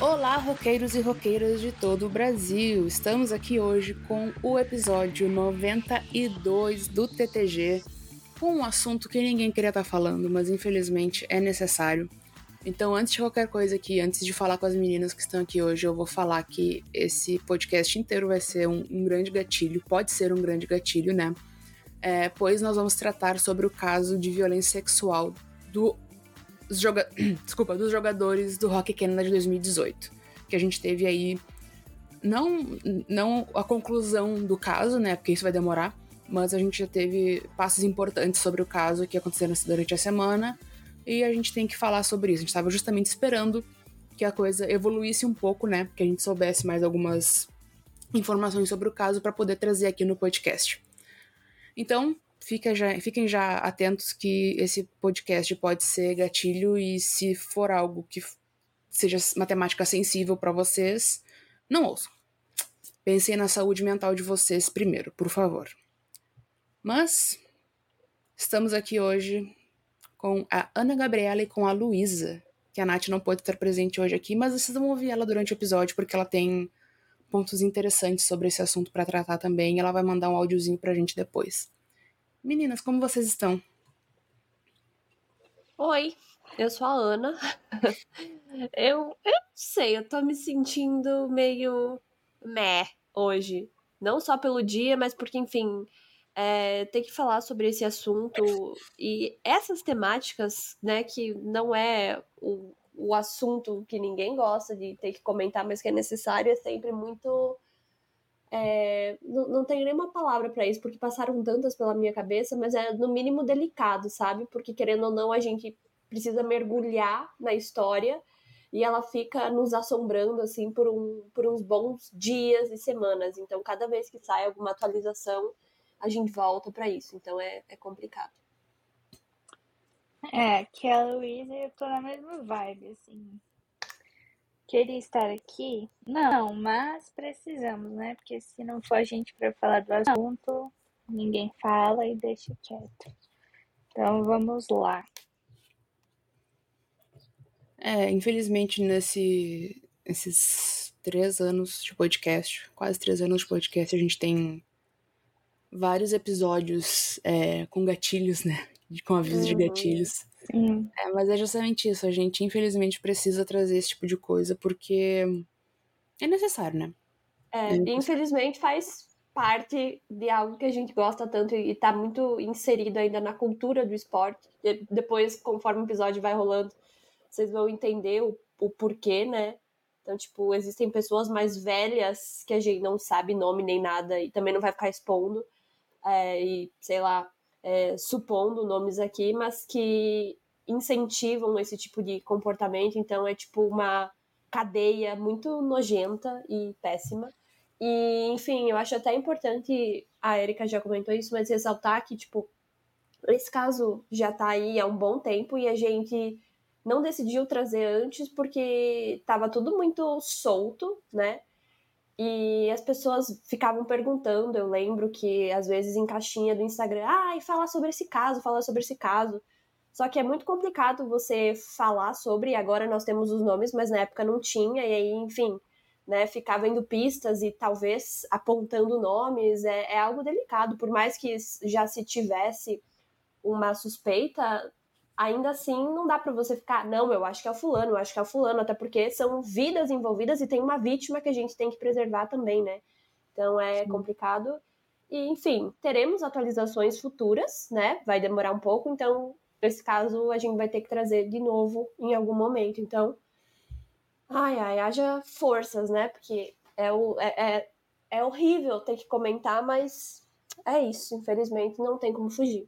Olá, roqueiros e roqueiras de todo o Brasil! Estamos aqui hoje com o episódio 92 do TTG, com um assunto que ninguém queria estar falando, mas infelizmente é necessário. Então, antes de qualquer coisa aqui, antes de falar com as meninas que estão aqui hoje, eu vou falar que esse podcast inteiro vai ser um grande gatilho, pode ser um grande gatilho, né? Pois nós vamos tratar sobre o caso de violência sexual dos jogadores do Hockey Canada de 2018, que a gente teve aí, não a conclusão do caso, né, porque isso vai demorar, mas a gente já teve passos importantes sobre o caso que aconteceram durante a semana, e a gente tem que falar sobre isso. A gente estava justamente esperando que a coisa evoluísse um pouco, né, que a gente soubesse mais algumas informações sobre o caso para poder trazer aqui no podcast. Então, fiquem já atentos que esse podcast pode ser gatilho, e se for algo que seja matemática sensível para vocês, não ouçam. Pensem na saúde mental de vocês primeiro, por favor. Mas estamos aqui hoje com a Ana Gabriela e com a Luísa, que a Nath não pôde estar presente hoje aqui, mas vocês vão ouvir ela durante o episódio, porque ela tem pontos interessantes sobre esse assunto para tratar também, e ela vai mandar um áudiozinho pra gente depois. Meninas, como vocês estão? Oi, eu sou a Ana. Eu não sei, eu tô me sentindo meio meh hoje. Não só pelo dia, mas porque, enfim, tem que falar sobre esse assunto e essas temáticas, né, que não é o assunto que ninguém gosta de ter que comentar, mas que é necessário, é sempre muito. Não tenho nenhuma palavra pra isso, porque passaram tantas pela minha cabeça, mas é no mínimo delicado, sabe? Porque querendo ou não, a gente precisa mergulhar na história e ela fica nos assombrando assim por uns bons dias e semanas. Então, cada vez que sai alguma atualização, a gente volta pra isso. Então, é complicado. Que a Luísa e eu tô na mesma vibe, assim. Queria estar aqui? Não, mas precisamos, né? Porque se não for a gente para falar do assunto, ninguém fala e deixa quieto. Então vamos lá. Infelizmente, nesses 3 anos de podcast, quase 3 anos de podcast, a gente tem vários episódios com gatilhos, né? Com avisos de gatilhos. Sim. Mas é justamente isso, a gente infelizmente precisa trazer esse tipo de coisa porque é necessário, né? Infelizmente faz parte de algo que a gente gosta tanto e tá muito inserido ainda na cultura do esporte. E depois, conforme o episódio vai rolando, vocês vão entender o porquê, né? Então, tipo, existem pessoas mais velhas que a gente não sabe nome nem nada e também não vai ficar expondo e, sei lá, supondo nomes aqui, mas que incentivam esse tipo de comportamento. Então, é tipo uma cadeia muito nojenta e péssima. E, enfim, eu acho até importante, a Erika já comentou isso, mas ressaltar que, tipo, esse caso já tá aí há um bom tempo e a gente não decidiu trazer antes porque tava tudo muito solto, né? E as pessoas ficavam perguntando, eu lembro que às vezes em caixinha do Instagram, fala sobre esse caso, fala sobre esse caso. Só que é muito complicado você falar sobre, agora nós temos os nomes, mas na época não tinha, e aí, enfim, né, ficar vendo pistas e talvez apontando nomes é algo delicado, por mais que já se tivesse uma suspeita, ainda assim não dá para você ficar, não, eu acho que é o fulano, eu acho que é o fulano, até porque são vidas envolvidas e tem uma vítima que a gente tem que preservar também, né? Então é complicado. E, enfim, teremos atualizações futuras, né? Vai demorar um pouco, então, nesse caso, a gente vai ter que trazer de novo em algum momento. Então, haja forças, né? Porque é horrível ter que comentar, mas é isso. Infelizmente, não tem como fugir.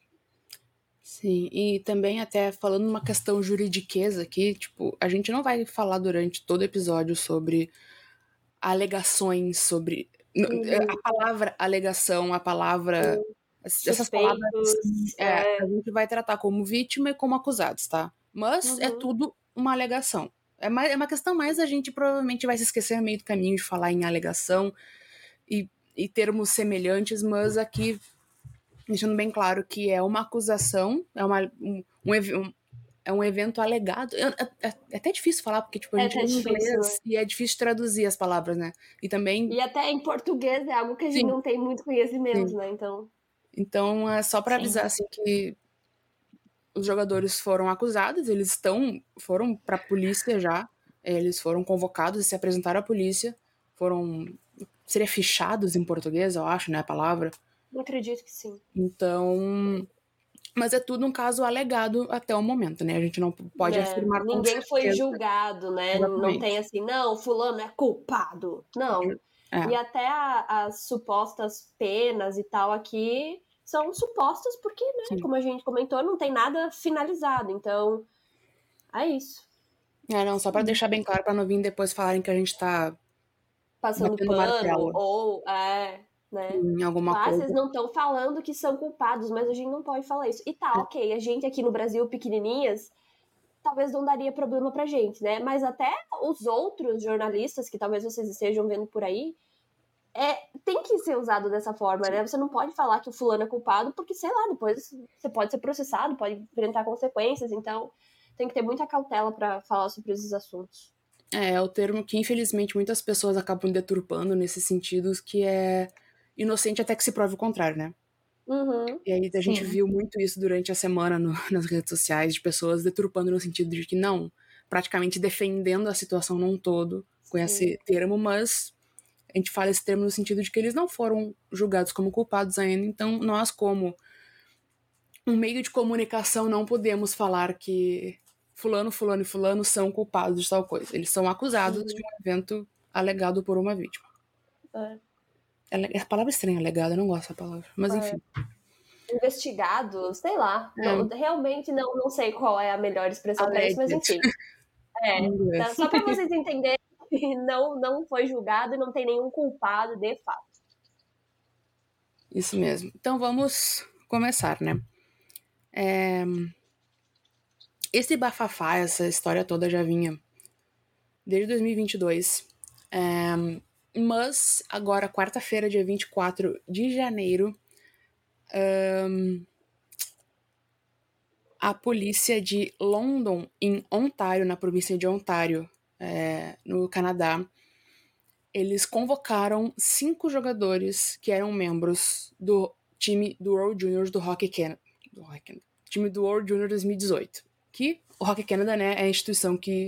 Sim, e também até falando uma questão juridiqueza aqui, tipo, a gente não vai falar durante todo o episódio sobre alegações, sobre a palavra alegação, a palavra essas palavras Suspeitos. a gente vai tratar como vítima e como acusados, tá? Mas é tudo uma alegação. É uma questão mais, a gente provavelmente vai se esquecer no meio do caminho de falar em alegação e termos semelhantes, mas aqui deixando bem claro que é uma acusação, é é um evento alegado. É até difícil falar, porque tipo, a É gente até lê em difícil, inglês e é difícil traduzir as palavras, né? E também, E até em português é algo que a gente sim, não tem muito conhecimento, sim. né? Então, Então, é só pra Sim. avisar, assim, que os jogadores foram acusados, foram pra polícia já, eles foram convocados e se apresentaram à polícia, seria fichados em português, eu acho, né, a palavra. não acredito que sim. Então, mas é tudo um caso alegado até o momento, né? A gente não pode Né? afirmar com Ninguém foi certeza. julgado, né? Não tem Exatamente. assim, não, fulano é culpado. Não. E É, até as supostas penas e tal aqui são supostas porque, né, sim. como a gente comentou, não tem nada finalizado. Então, é isso. Não, só pra deixar bem claro, pra não vir depois falarem que a gente tá Passando batendo pano, martelo ou né? em Tipo, alguma vocês coisa. não estão falando que são culpados, mas a gente não pode falar isso. E tá, ok, a gente aqui no Brasil, pequenininhas, talvez não daria problema pra gente, né? Mas até os outros jornalistas que talvez vocês estejam vendo por aí, tem que ser usado dessa forma, né? Você não pode falar que o fulano é culpado, porque, sei lá, depois você pode ser processado, pode enfrentar consequências, então tem que ter muita cautela pra falar sobre esses assuntos. É o termo que, infelizmente, muitas pessoas acabam deturpando nesses sentidos, que é inocente até que se prove o contrário, né? Uhum, E aí a gente Sim. viu muito isso durante a semana nas redes sociais, de pessoas deturpando no sentido de que não, praticamente defendendo a situação num todo com sim. esse termo, mas a gente fala esse termo no sentido de que eles não foram julgados como culpados ainda, então nós, como um meio de comunicação, não podemos falar que fulano, fulano e fulano são culpados de tal coisa. Eles são acusados de Uhum, um evento alegado por uma vítima. é, A palavra estranha, alegado, eu não gosto dessa palavra, mas é. enfim. Investigado, sei lá. É, Realmente não sei qual é a melhor expressão para isso, mas alleged, enfim. em Tá, inglês. só para vocês entenderem que não foi julgado e não tem nenhum culpado de fato. Isso mesmo. Então vamos começar, né? Esse bafafá, essa história toda já vinha desde 2022. Mas agora, quarta-feira, dia 24 de janeiro, a polícia de London, em Ontário, na província de Ontário, no Canadá, eles convocaram 5 jogadores que eram membros do time do World Juniors do Hockey Canada. Time do World Junior 2018. Que o Hockey Canada, né, é a instituição que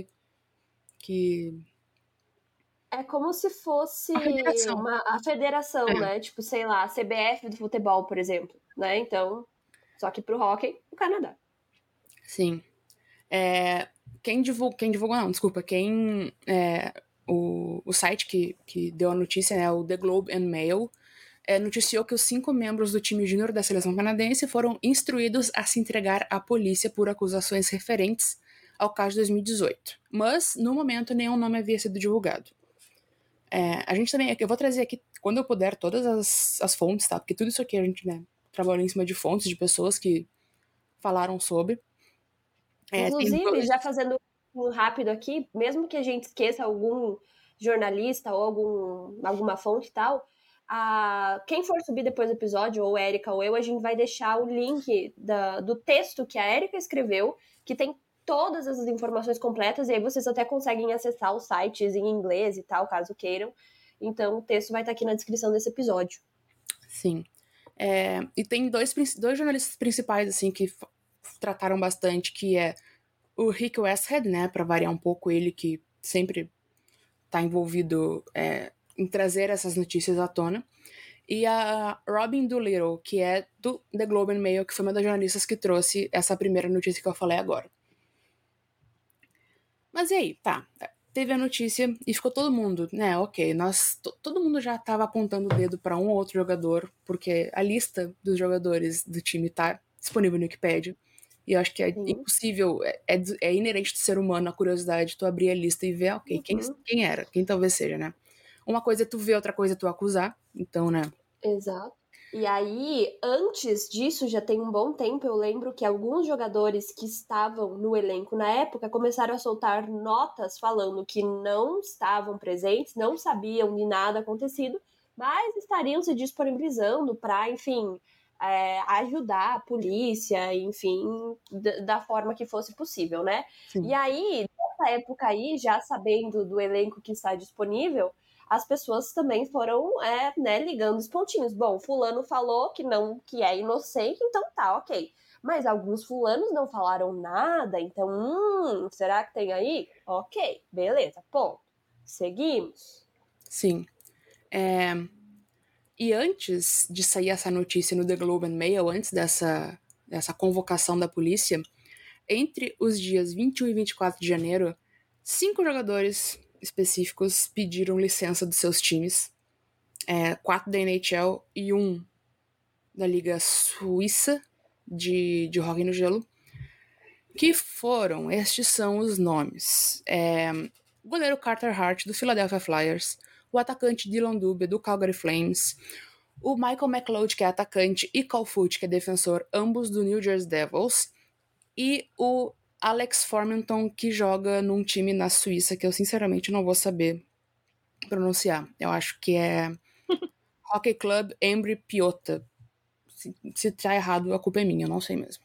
É como se fosse a federação. a federação, É, né? Tipo, sei lá, a CBF do futebol, por exemplo, né? Então, só que pro hockey, o Canadá. sim. Quem divulgou, não, desculpa, o site que deu a notícia, né, o The Globe and Mail, noticiou que os 5 membros do time júnior da seleção canadense foram instruídos a se entregar à polícia por acusações referentes ao caso de 2018. Mas, no momento, nenhum nome havia sido divulgado. A gente também, eu vou trazer aqui, quando eu puder, todas as fontes, tá? Porque tudo isso aqui a gente, né, trabalhou em cima de fontes, de pessoas que falaram sobre. Tem Inclusive, dois. já fazendo um rápido aqui, mesmo que a gente esqueça algum jornalista ou alguma fonte e tal, quem for subir depois do episódio, ou Érica ou eu, a gente vai deixar o link do texto que a Érica escreveu, que tem todas as informações completas, e aí vocês até conseguem acessar os sites em inglês e tal, caso queiram. Então, o texto vai estar aqui na descrição desse episódio. Sim. E tem dois jornalistas principais, assim, que trataram bastante, que é o Rick Westhead, né, pra variar um pouco, ele que sempre tá envolvido em trazer essas notícias à tona, e a Robin Doolittle, que é do The Globe and Mail, que foi uma das jornalistas que trouxe essa primeira notícia que eu falei agora. Mas e aí, tá, teve a notícia e ficou todo mundo, né, ok, todo mundo já tava apontando o dedo pra um ou outro jogador, porque a lista dos jogadores do time tá disponível no Wikipedia, e eu acho que é Sim. impossível, é inerente do ser humano a curiosidade, tu abrir a lista e ver, ok, Uhum. quem era, quem talvez seja, né. Uma coisa é tu ver, outra coisa é tu acusar, então, né. Exato. E aí, antes disso, já tem um bom tempo, eu lembro que alguns jogadores que estavam no elenco na época começaram a soltar notas falando que não estavam presentes, não sabiam de nada acontecido, mas estariam se disponibilizando para, enfim, ajudar a polícia, enfim, da forma que fosse possível, né? Sim. E aí, nessa época aí, já sabendo do elenco que está disponível, as pessoas também foram, né, ligando os pontinhos. Bom, fulano falou que é inocente, então tá, ok. Mas alguns fulanos não falaram nada, então, será que tem aí? Ok, beleza, ponto. Seguimos. Sim. E antes de sair essa notícia no The Globe and Mail, antes dessa convocação da polícia, entre os dias 21 e 24 de janeiro, 5 jogadores específicos pediram licença dos seus times, 4 da NHL e 1 da Liga Suíça de Hóquei no Gelo, que foram, estes são os nomes. O goleiro Carter Hart, do Philadelphia Flyers, o atacante Dylan Dubé, do Calgary Flames, o Michael McLeod, que é atacante, e Cal Foote, que é defensor, ambos do New Jersey Devils, e o Alex Formenton, que joga num time na Suíça, que eu sinceramente não vou saber pronunciar. Eu acho que é Hockey Club Embry Piotta. Se tá errado, a culpa é minha, eu não sei mesmo.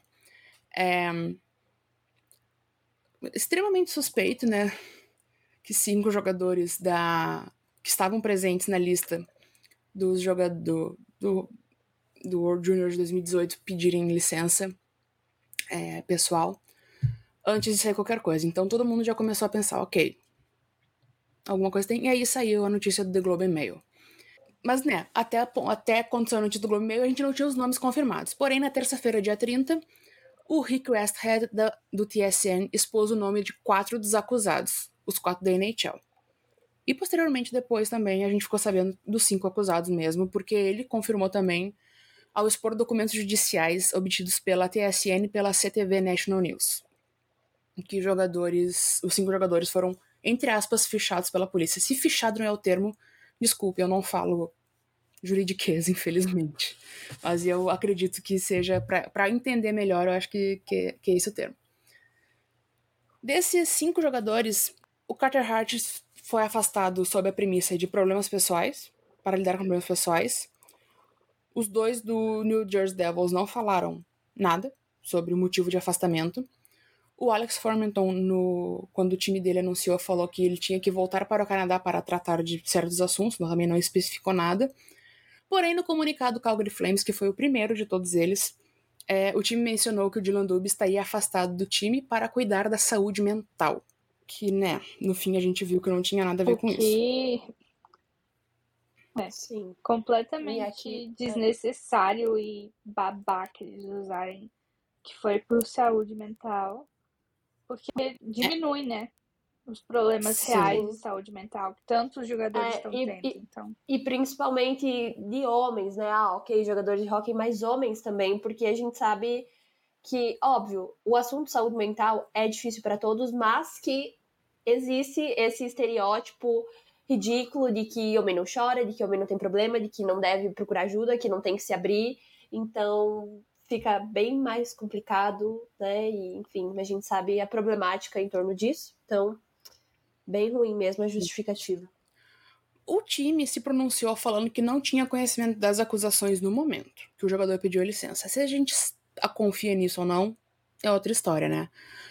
Extremamente suspeito, né, que 5 jogadores que estavam presentes na lista dos jogadores do World Junior de 2018 pedirem licença pessoal antes de sair qualquer coisa. Então todo mundo já começou a pensar, ok, alguma coisa tem. E aí saiu a notícia do The Globe and Mail. Mas, né, até quando saiu a notícia do Globe and Mail, a gente não tinha os nomes confirmados. Porém, na terça-feira, dia 30, o Rick Westhead, do TSN, expôs o nome de 4 dos acusados, os 4 da NHL. E posteriormente, depois também, a gente ficou sabendo dos 5 acusados mesmo, porque ele confirmou também ao expor documentos judiciais obtidos pela TSN e pela CTV National News, que os 5 jogadores foram, entre aspas, fichados pela polícia. Se fichado não é o termo, desculpe, eu não falo juridiquês, infelizmente. Mas eu acredito que seja, para entender melhor, eu acho que é esse o termo. Desses 5 jogadores, o Carter Hart foi afastado sob a premissa de problemas pessoais, para lidar com problemas pessoais. Os 2 do New Jersey Devils não falaram nada sobre o motivo de afastamento. O Alex Formenton, quando o time dele anunciou, falou que ele tinha que voltar para o Canadá para tratar de certos assuntos, mas também não especificou nada. Porém, no comunicado do Calgary Flames, que foi o primeiro de todos eles, o time mencionou que o Dylan Dubé estaria afastado do time para cuidar da saúde mental. Que, né, no fim a gente viu que não tinha nada a ver com isso. Sim. Completamente desnecessário e babaca eles usarem que foi por saúde mental, porque diminui, né, os problemas reais de saúde mental que tantos jogadores estão tendo. Então. E principalmente de homens, né? Ok, jogadores de hóquei, mas homens também, porque a gente sabe que, óbvio, o assunto saúde mental é difícil para todos, mas que existe esse estereótipo ridículo de que homem não chora, de que homem não tem problema, de que não deve procurar ajuda, que não tem que se abrir. Então fica bem mais complicado, né? E, enfim, a gente sabe a problemática em torno disso. Então, bem ruim mesmo a justificativa. O time se pronunciou falando que não tinha conhecimento das acusações no momento que o jogador pediu a licença. Se a gente confia nisso ou não, é outra história, né?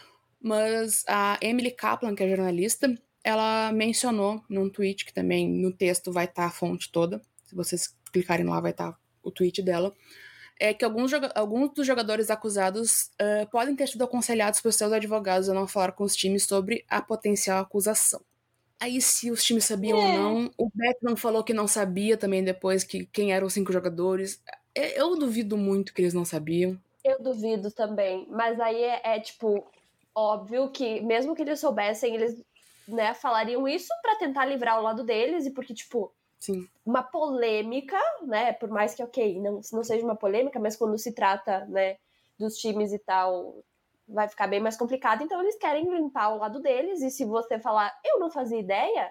Mas a Emily Kaplan, que é jornalista, ela mencionou num tweet, que também no texto vai estar a fonte toda, se vocês clicarem lá vai estar o tweet dela, que alguns dos jogadores acusados podem ter sido aconselhados por seus advogados a não falar com os times sobre a potencial acusação. Aí, se os times sabiam ou não, o Beckman falou que não sabia também depois quem eram os 5 jogadores. Eu duvido muito que eles não sabiam. Eu duvido também, mas aí tipo, óbvio que mesmo que eles soubessem, eles, né, falariam isso para tentar livrar o lado deles e porque, tipo, Sim. Uma polêmica, né, por mais que, ok, não seja uma polêmica, mas quando se trata, né, dos times e tal, vai ficar bem mais complicado, então eles querem limpar o lado deles, e se você falar, eu não fazia ideia,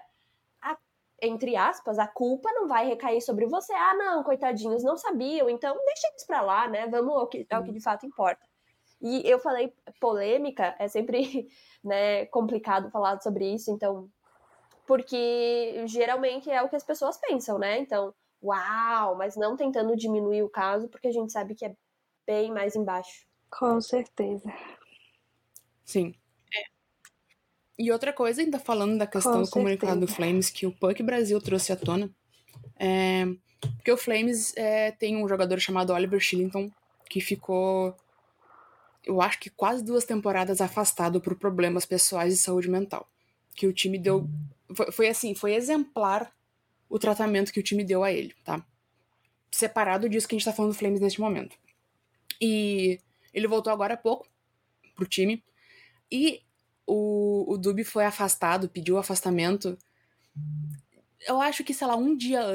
entre aspas, a culpa não vai recair sobre você. Ah, não, coitadinhos, não sabiam, então deixa eles pra lá, né? Vamos ao que de fato importa. E eu falei polêmica, é sempre, né, complicado falar sobre isso, então, porque geralmente é o que as pessoas pensam, né? Então, uau, mas não tentando diminuir o caso, porque a gente sabe que é bem mais embaixo. Com certeza. Sim. E outra coisa, ainda falando da questão do comunicado do Flames, que o Puck Brasil trouxe à tona, porque o Flames tem um jogador chamado Oliver Kylington, que ficou, eu acho que quase 2 temporadas afastado por problemas pessoais de saúde mental. Que o time deu... Foi exemplar o tratamento que o time deu a ele, tá? Separado disso que a gente tá falando do Flames neste momento. E ele voltou agora há pouco pro time. E o Dubby foi afastado, pediu afastamento. Eu acho que, sei lá, um dia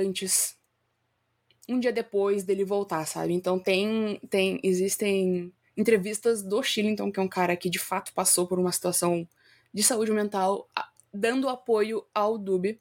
depois dele voltar, sabe? Então existem entrevistas do Kylington, que é um cara que de fato passou por uma situação de saúde mental, dando apoio ao Dubby.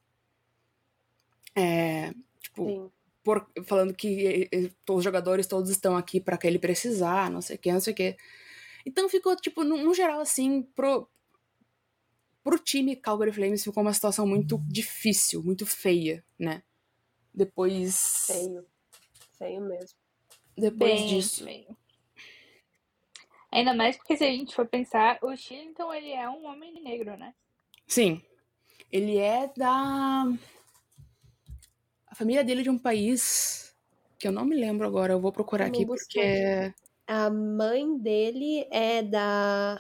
Sim. Falando que os jogadores todos estão aqui pra que ele precisar, não sei o que, não sei o que. Então ficou, tipo, no geral, assim, pro time Calgary Flames ficou uma situação muito difícil, muito feia, né? Depois Feio mesmo. Depois disso. Feio. Ainda mais porque se a gente for pensar, o Kylington, ele é um homem negro, né? Sim. Ele é a família dele é de um país que eu não me lembro agora, eu vou procurar aqui porque... A mãe dele é da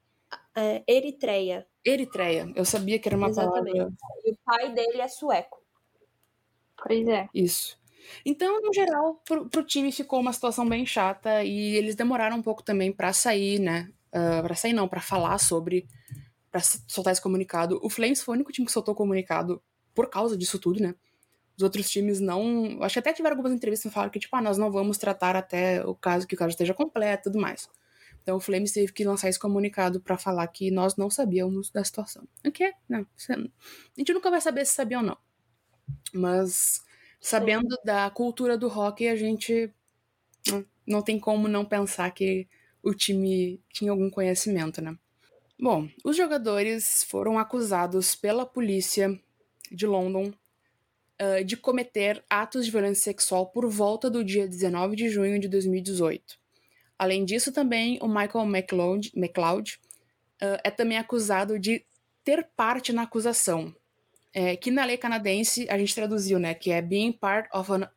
Eritreia. Eritreia, eu sabia que era uma palavra... E o pai dele é sueco. Pois é. Isso. Então, no geral, pro time ficou uma situação bem chata e eles demoraram um pouco também pra sair, né? Pra falar sobre... Pra soltar esse comunicado. O Flames foi o único time que soltou o comunicado por causa disso tudo, né? Os outros times não... Acho que até tiveram algumas entrevistas que falaram que, tipo, nós não vamos tratar até o caso esteja completo e tudo mais. Então o Flames teve que lançar esse comunicado pra falar que nós não sabíamos da situação. O que? Não. A gente nunca vai saber se sabia ou não. Mas, sabendo da cultura do hockey, a gente não tem como não pensar que o time tinha algum conhecimento, né? Bom, os jogadores foram acusados pela polícia de London de cometer atos de violência sexual por volta do dia 19 de junho de 2018. Além disso, também o Michael McLeod é também acusado de ter parte na acusação, que na lei canadense a gente traduziu, né, que é being part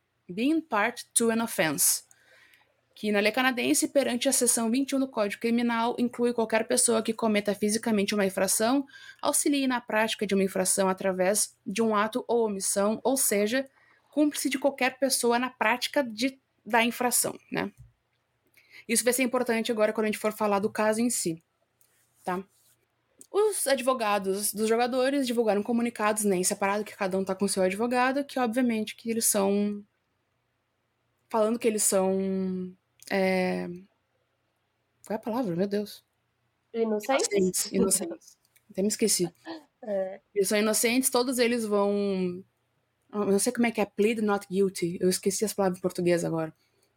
to an offense, que na lei canadense, perante a seção 21 do Código Criminal, inclui qualquer pessoa que cometa fisicamente uma infração, auxilie na prática de uma infração através de um ato ou omissão, ou seja, cúmplice de qualquer pessoa na prática da infração, né? Isso vai ser importante agora quando a gente for falar do caso em si, tá? Os advogados dos jogadores divulgaram comunicados, né, em separado, que cada um tá com seu advogado, que obviamente que eles são... Falando que eles são... Qual é a palavra? Meu Deus. Inocentes. Até me esqueci. Eles são inocentes, todos eles vão... Eu não sei como é que é, plead not guilty. Eu esqueci as palavras em português agora.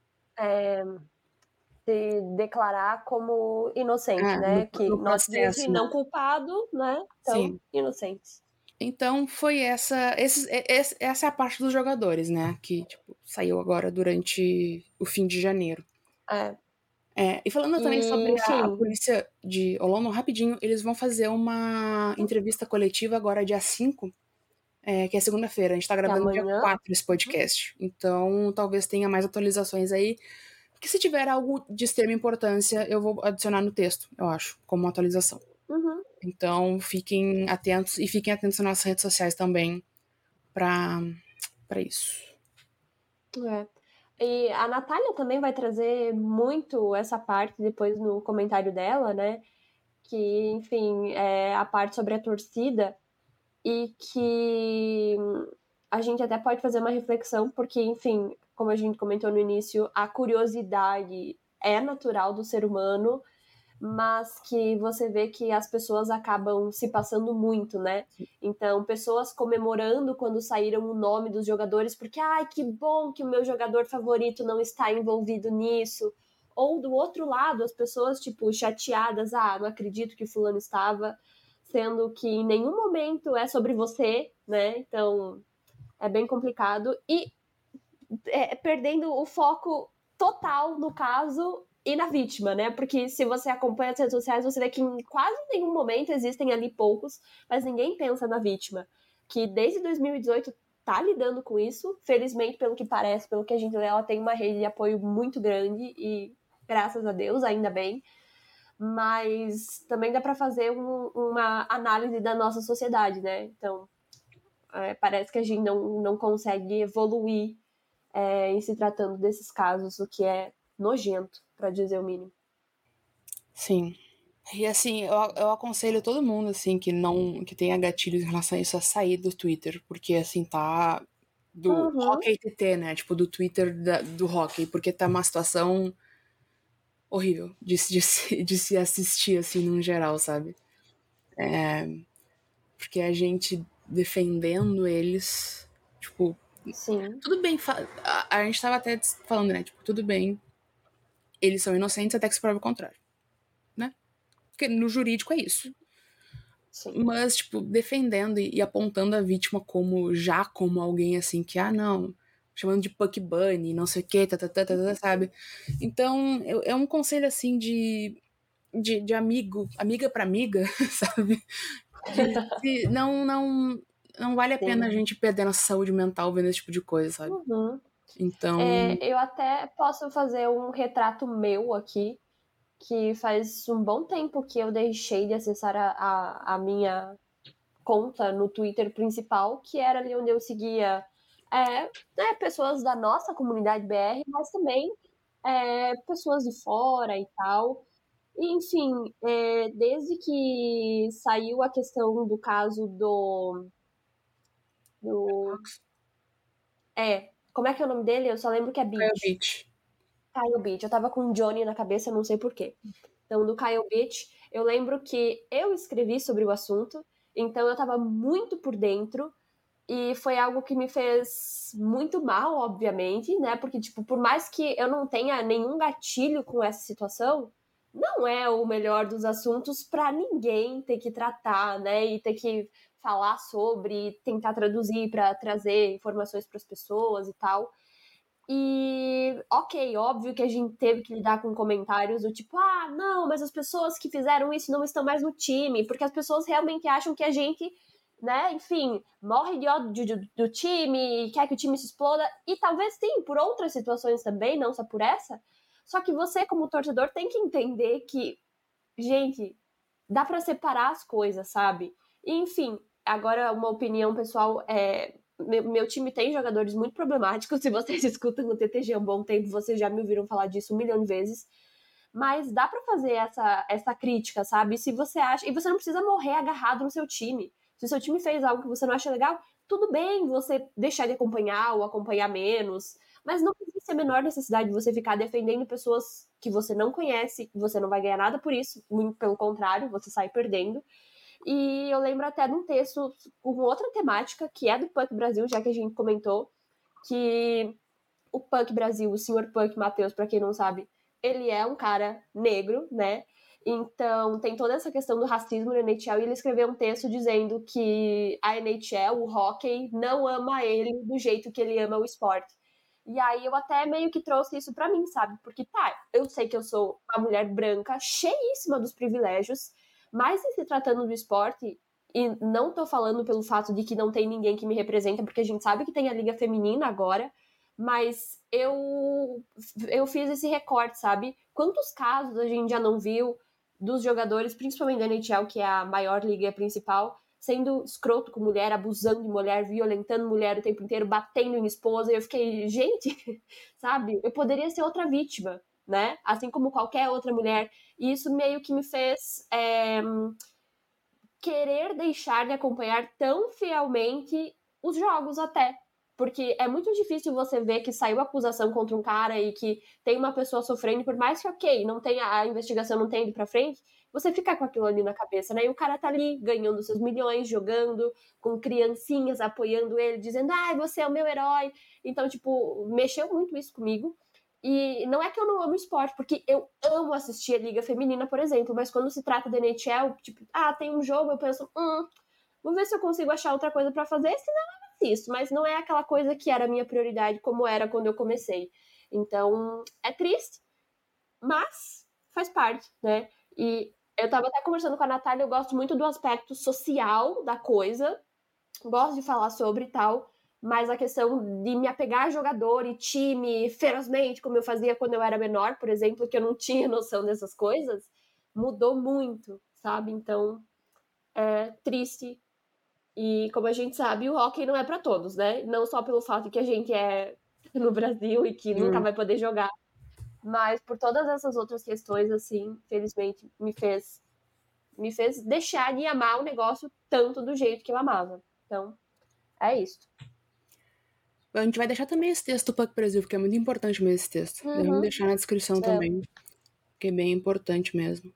Se declarar como inocente, né? Que not guilty, não culpado, né? Então, sim. Inocentes. Então, foi essa é a parte dos jogadores, né? Que, tipo, saiu agora durante o fim de janeiro. E falando também sobre a polícia de London, rapidinho, eles vão fazer uma entrevista coletiva agora, dia 5, que é segunda-feira. A gente tá gravando dia 4 esse podcast. Então, talvez tenha mais atualizações aí. Que se tiver algo de extrema importância, eu vou adicionar no texto, eu acho, como uma atualização. Então, fiquem atentos e fiquem atentos nas nossas redes sociais também pra isso. E a Natália também vai trazer muito essa parte depois no comentário dela, né? Que, enfim, é a parte sobre a torcida e que a gente até pode fazer uma reflexão, porque, enfim, como a gente comentou no início, a curiosidade é natural do ser humano, mas que você vê que as pessoas acabam se passando muito, né? Então, pessoas comemorando quando saíram o nome dos jogadores, porque, ai, que bom que o meu jogador favorito não está envolvido nisso. Ou, do outro lado, as pessoas, tipo, chateadas, não acredito que fulano estava, sendo que em nenhum momento é sobre você, né? Então, é bem complicado. E perdendo o foco total no caso e na vítima, né? Porque se você acompanha as redes sociais, você vê que em quase nenhum momento existem ali poucos, mas ninguém pensa na vítima, que desde 2018 tá lidando com isso. Felizmente, pelo que parece, pelo que a gente lê, ela tem uma rede de apoio muito grande e graças a Deus, ainda bem. Mas também dá para fazer uma análise da nossa sociedade, né? Então, parece que a gente não consegue evoluir em se tratando desses casos, o que é nojento, para dizer o mínimo. Sim. E assim, eu aconselho todo mundo, assim, que tenha gatilhos em relação a isso, a sair do Twitter, porque assim, tá do Hockey TT, né? Tipo, do Twitter do hockey, porque tá uma situação horrível de se assistir, assim, no geral, sabe? Porque a gente defendendo eles, tipo, Sim. tudo bem, a gente tava até falando, né? Tipo, tudo bem, eles são inocentes até que se prove o contrário, né? Porque no jurídico é isso. Sim. Mas, tipo, defendendo e apontando a vítima como alguém assim que, não, chamando de Puck Bunny, não sei o que, sabe? Então, é um conselho assim de amiga pra amiga, sabe? Não vale a pena a gente perder nossa saúde mental vendo esse tipo de coisa, sabe? Então. Eu até posso fazer um retrato meu aqui, que faz um bom tempo que eu deixei de acessar a minha conta no Twitter principal, que era ali onde eu seguia pessoas da nossa comunidade BR, mas também pessoas de fora e tal. E, enfim, desde que saiu a questão do caso do. Como é que é o nome dele? Eu só lembro que é Kyle Beach. Beach. Kyle Beach. Eu tava com Johnny na cabeça, não sei porquê. Então, do Kyle Beach, eu lembro que eu escrevi sobre o assunto, então eu tava muito por dentro, e foi algo que me fez muito mal, obviamente, né? Porque, tipo, por mais que eu não tenha nenhum gatilho com essa situação, não é o melhor dos assuntos para ninguém ter que tratar, né? E ter que falar sobre, tentar traduzir para trazer informações para as pessoas e tal. E, ok, óbvio que a gente teve que lidar com comentários do tipo, não, mas as pessoas que fizeram isso não estão mais no time, porque as pessoas realmente acham que a gente, né, enfim, morre de ódio do time, quer que o time se exploda, e talvez sim, por outras situações também, não só por essa. Só que você, como torcedor, tem que entender que, gente, dá para separar as coisas, sabe? E, enfim, agora uma opinião pessoal meu time tem jogadores muito problemáticos. Se vocês escutam o TTG há um bom tempo, vocês já me ouviram falar disso 1 milhão de vezes. Mas dá para fazer essa crítica, sabe? Se você acha. E você não precisa morrer agarrado no seu time. Se o seu time fez algo que você não acha legal, tudo bem você deixar de acompanhar ou acompanhar menos. Mas não existe a menor necessidade de você ficar defendendo pessoas que você não conhece, que você não vai ganhar nada por isso. Muito pelo contrário, você sai perdendo. E eu lembro até de um texto com outra temática, que é do Punk Brasil, já que a gente comentou, que o Punk Brasil, o senhor Punk Matheus, para quem não sabe, ele é um cara negro, né? Então tem toda essa questão do racismo na NHL, e ele escreveu um texto dizendo que a NHL, o hockey, não ama ele do jeito que ele ama o esporte. E aí eu até meio que trouxe isso para mim, sabe? Porque eu sei que eu sou uma mulher branca, cheíssima dos privilégios, mas em se tratando do esporte, e não tô falando pelo fato de que não tem ninguém que me representa, porque a gente sabe que tem a Liga Feminina agora, mas eu fiz esse recorte, sabe? Quantos casos a gente já não viu dos jogadores, principalmente da NHL, que é a maior liga principal, sendo escroto com mulher, abusando de mulher, violentando mulher o tempo inteiro, batendo em esposa, e eu fiquei, gente, sabe? Eu poderia ser outra vítima, né? Assim como qualquer outra mulher. E isso meio que me fez querer deixar de acompanhar tão fielmente os jogos até. Porque é muito difícil você ver que saiu acusação contra um cara e que tem uma pessoa sofrendo, por mais que, ok, não tenha, a investigação não tenha ido pra frente, você fica com aquilo ali na cabeça, né? E o cara tá ali ganhando seus milhões, jogando, com criancinhas apoiando ele, dizendo, você é o meu herói. Então, tipo, mexeu muito isso comigo. E não é que eu não amo esporte, porque eu amo assistir a Liga Feminina, por exemplo, mas quando se trata da NHL, tipo, tem um jogo, eu penso, vou ver se eu consigo achar outra coisa pra fazer, senão assisto, mas não é aquela coisa que era a minha prioridade como era quando eu comecei. Então, é triste, mas faz parte, né? E eu tava até conversando com a Natália, eu gosto muito do aspecto social da coisa, gosto de falar sobre e tal, mas a questão de me apegar a jogador e time ferozmente, como eu fazia quando eu era menor, por exemplo, que eu não tinha noção dessas coisas, mudou muito, sabe? Então, é triste. E como a gente sabe, o hockey não é para todos, né? Não só pelo fato que a gente é no Brasil e que nunca vai poder jogar, mas por todas essas outras questões, assim, felizmente me fez deixar de amar o negócio tanto do jeito que eu amava. Então, é isso. A gente vai deixar também esse texto do Puck Brasil, porque é muito importante mesmo esse texto. Devemos deixar na descrição também, porque é bem importante mesmo.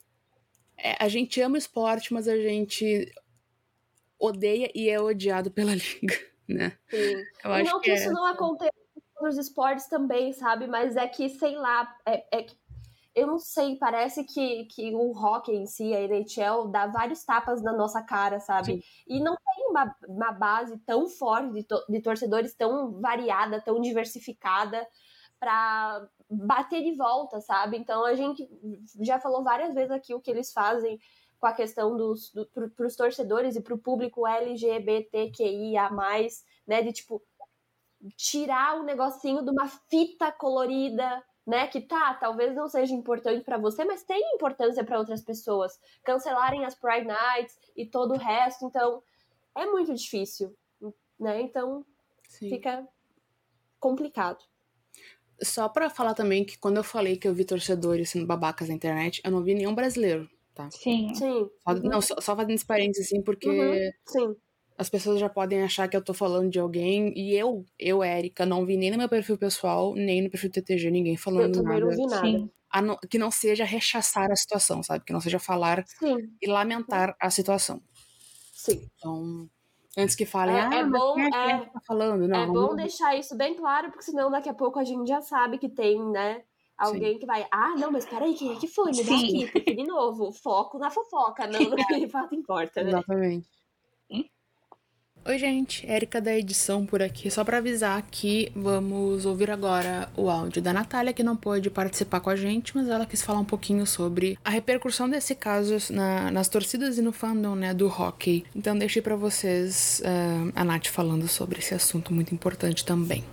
A gente ama esporte, mas a gente odeia e é odiado pela liga, né? Sim. Eu E acho não que que isso não aconteça com outros esportes também, sabe? Mas é que, sei lá, que eu não sei, parece que o hockey em si, a NHL, dá vários tapas na nossa cara, sabe? Sim. E não tem uma base tão forte de torcedores, tão variada, tão diversificada, para bater de volta, sabe? Então a gente já falou várias vezes aqui o que eles fazem com a questão para os torcedores e para o público LGBTQIA+, né? De tipo, tirar o negocinho de uma fita colorida, né? Que talvez não seja importante para você, mas tem importância para outras pessoas. Cancelarem as Pride Nights e todo o resto, então é muito difícil, né? Então fica complicado. Só pra falar também que quando eu falei que eu vi torcedores sendo babacas na internet, eu não vi nenhum brasileiro, tá? Sim. Não, só fazendo esse parênteses assim, porque Sim. as pessoas já podem achar que eu tô falando de alguém, e eu, Érica, não vi nem no meu perfil pessoal, nem no perfil do TTG, ninguém falando Eu também nada. não vi nada. Que não seja rechaçar a situação, sabe? Que não seja falar e lamentar a situação. Sim. Então, antes que falem, É mas bom, quem é que tá falando? Não, bom deixar isso bem claro, porque senão daqui a pouco a gente já sabe que tem, né? Alguém que vai, não, mas peraí, quem é que foi? Me dá aqui, porque de novo, foco na fofoca, não no que de fato importa, né? Exatamente. Oi, gente, Érica da edição por aqui. Só pra avisar que vamos ouvir agora o áudio da Natália, que não pôde participar com a gente, mas ela quis falar um pouquinho sobre a repercussão desse caso nas torcidas e no fandom, né, do hockey. Então deixei pra vocês a Nath falando sobre esse assunto muito importante também.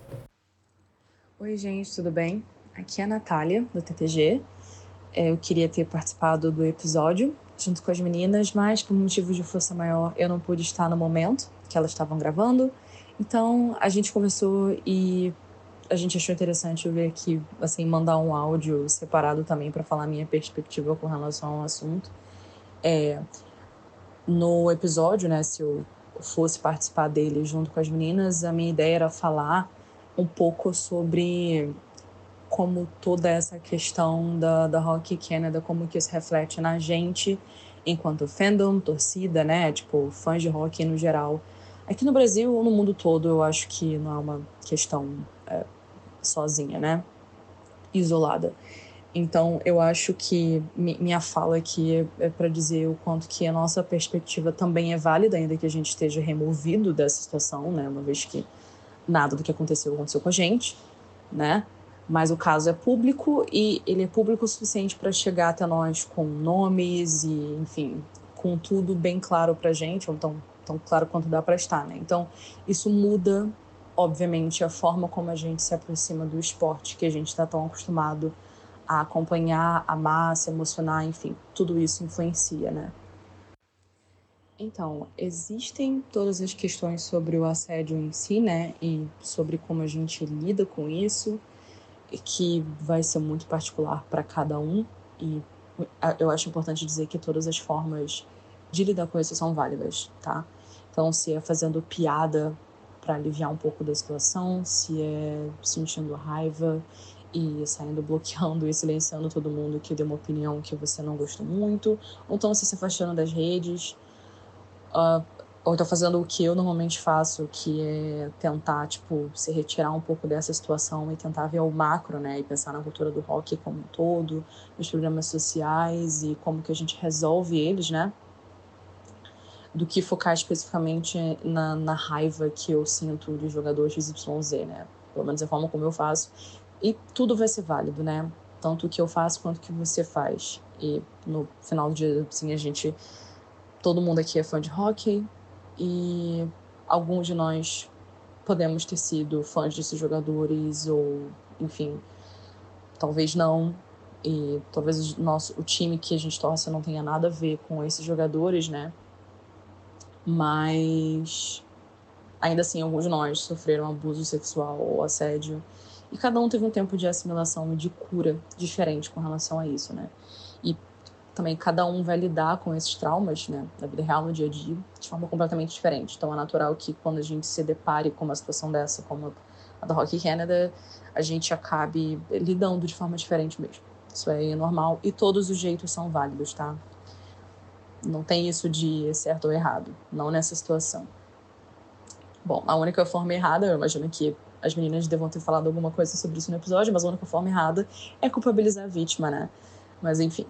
Oi, gente, tudo bem? Aqui é a Natália, do TTG. Eu queria ter participado do episódio junto com as meninas, mas por motivos de força maior eu não pude estar no momento que elas estavam gravando. Então a gente conversou e a gente achou interessante eu vir aqui, assim, mandar um áudio separado também para falar a minha perspectiva com relação ao assunto. No episódio, né, se eu fosse participar dele junto com as meninas, a minha ideia era falar um pouco sobre como toda essa questão da Hockey Canada, como que isso reflete na gente enquanto fandom, torcida, né, tipo, fãs de hockey no geral. Aqui no Brasil ou no mundo todo, eu acho que não é uma questão sozinha, né, isolada. Então, eu acho que minha fala aqui é para dizer o quanto que a nossa perspectiva também é válida, ainda que a gente esteja removido dessa situação, né, uma vez que nada do que aconteceu com a gente, né? Mas o caso é público e ele é público o suficiente para chegar até nós com nomes e, enfim, com tudo bem claro pra gente, ou tão claro quanto dá para estar, né? Então, isso muda, obviamente, a forma como a gente se aproxima do esporte, que a gente está tão acostumado a acompanhar, amar, se emocionar, enfim, tudo isso influencia, né? Então, existem todas as questões sobre o assédio em si, né? E sobre como a gente lida com isso, que vai ser muito particular para cada um. E eu acho importante dizer que todas as formas de lidar com isso são válidas, tá? Então, se é fazendo piada para aliviar um pouco da situação, se é sentindo raiva e saindo bloqueando e silenciando todo mundo que deu uma opinião que você não gostou muito, ou então se afastando das redes, ou tô fazendo o que eu normalmente faço, que é tentar, tipo, se retirar um pouco dessa situação e tentar ver o macro, né, e pensar na cultura do rock como um todo, nos problemas sociais e como que a gente resolve eles, né. do que focar especificamente na raiva que eu sinto de jogador XYZ, né? Pelo menos é a forma como eu faço. E tudo vai ser válido, né? Tanto o que eu faço quanto o que você faz. E no final do dia, assim, todo mundo aqui é fã de hóquei e alguns de nós podemos ter sido fãs desses jogadores ou, enfim, talvez não. E talvez o time que a gente torce não tenha nada a ver com esses jogadores, né? Mas ainda assim, alguns de nós sofreram abuso sexual ou assédio. E cada um teve um tempo de assimilação e de cura diferente com relação a isso, né? E também cada um vai lidar com esses traumas, né, na vida real, no dia a dia, de forma completamente diferente. Então é natural que quando a gente se depare com uma situação dessa, como a da Hockey Canada, a gente acabe lidando de forma diferente mesmo. Isso é normal e todos os jeitos são válidos, tá? Não tem isso de certo ou errado, não nessa situação. Bom, a única forma errada, eu imagino que as meninas devam ter falado alguma coisa sobre isso no episódio, mas a única forma errada é culpabilizar a vítima, né? Mas enfim,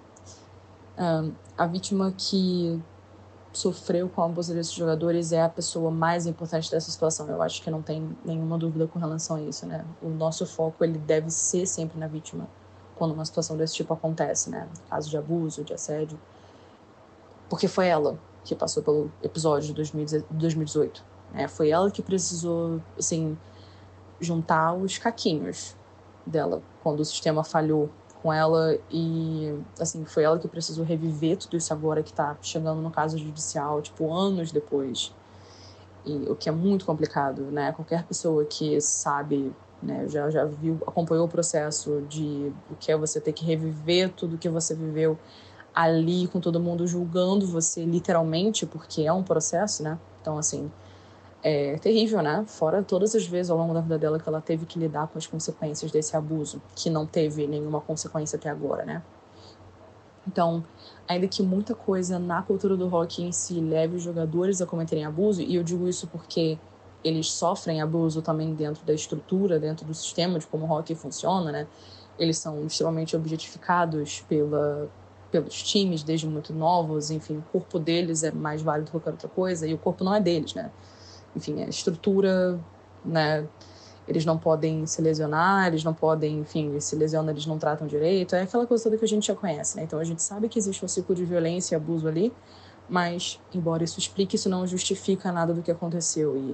a vítima que sofreu com o abuso desses jogadores é a pessoa mais importante dessa situação. Eu acho que não tem nenhuma dúvida com relação a isso, né? O nosso foco, ele deve ser sempre na vítima quando uma situação desse tipo acontece, né? Caso de abuso, de assédio. Porque foi ela que passou pelo episódio de 2018, né? Foi ela que precisou, assim, juntar os caquinhos dela quando o sistema falhou com ela e, assim, foi ela que precisou reviver tudo isso agora que tá chegando no caso judicial, tipo, anos depois. E o que é muito complicado, né? Qualquer pessoa que sabe, né, já viu, acompanhou o processo de o que é você ter que reviver tudo que você viveu ali com todo mundo julgando você literalmente, porque é um processo, né? Então, assim, é terrível, né? Fora todas as vezes ao longo da vida dela que ela teve que lidar com as consequências desse abuso, que não teve nenhuma consequência até agora, né? Então, ainda que muita coisa na cultura do hockey em si leve os jogadores a cometerem abuso, e eu digo isso porque eles sofrem abuso também dentro da estrutura, dentro do sistema de como o hockey funciona, né? Eles são extremamente objetificados pelos times desde muito novos, enfim, o corpo deles é mais válido que qualquer outra coisa, e o corpo não é deles, né? Enfim, a estrutura, né? Eles não podem se lesionar, eles não podem, enfim, se lesionam, eles não tratam direito. É aquela coisa toda que a gente já conhece, né? Então a gente sabe que existe um ciclo de violência e abuso ali, mas, embora isso explique, isso não justifica nada do que aconteceu. E,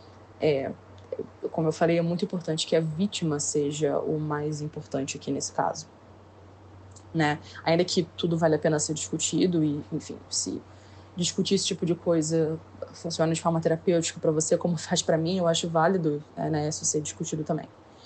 como eu falei, é muito importante que a vítima seja o mais importante aqui nesse caso, né? Ainda que tudo vale a pena ser discutido e, enfim, se discutir esse tipo de coisa funciona de forma terapêutica para você, como faz para mim, eu acho válido, né, isso ser discutido também.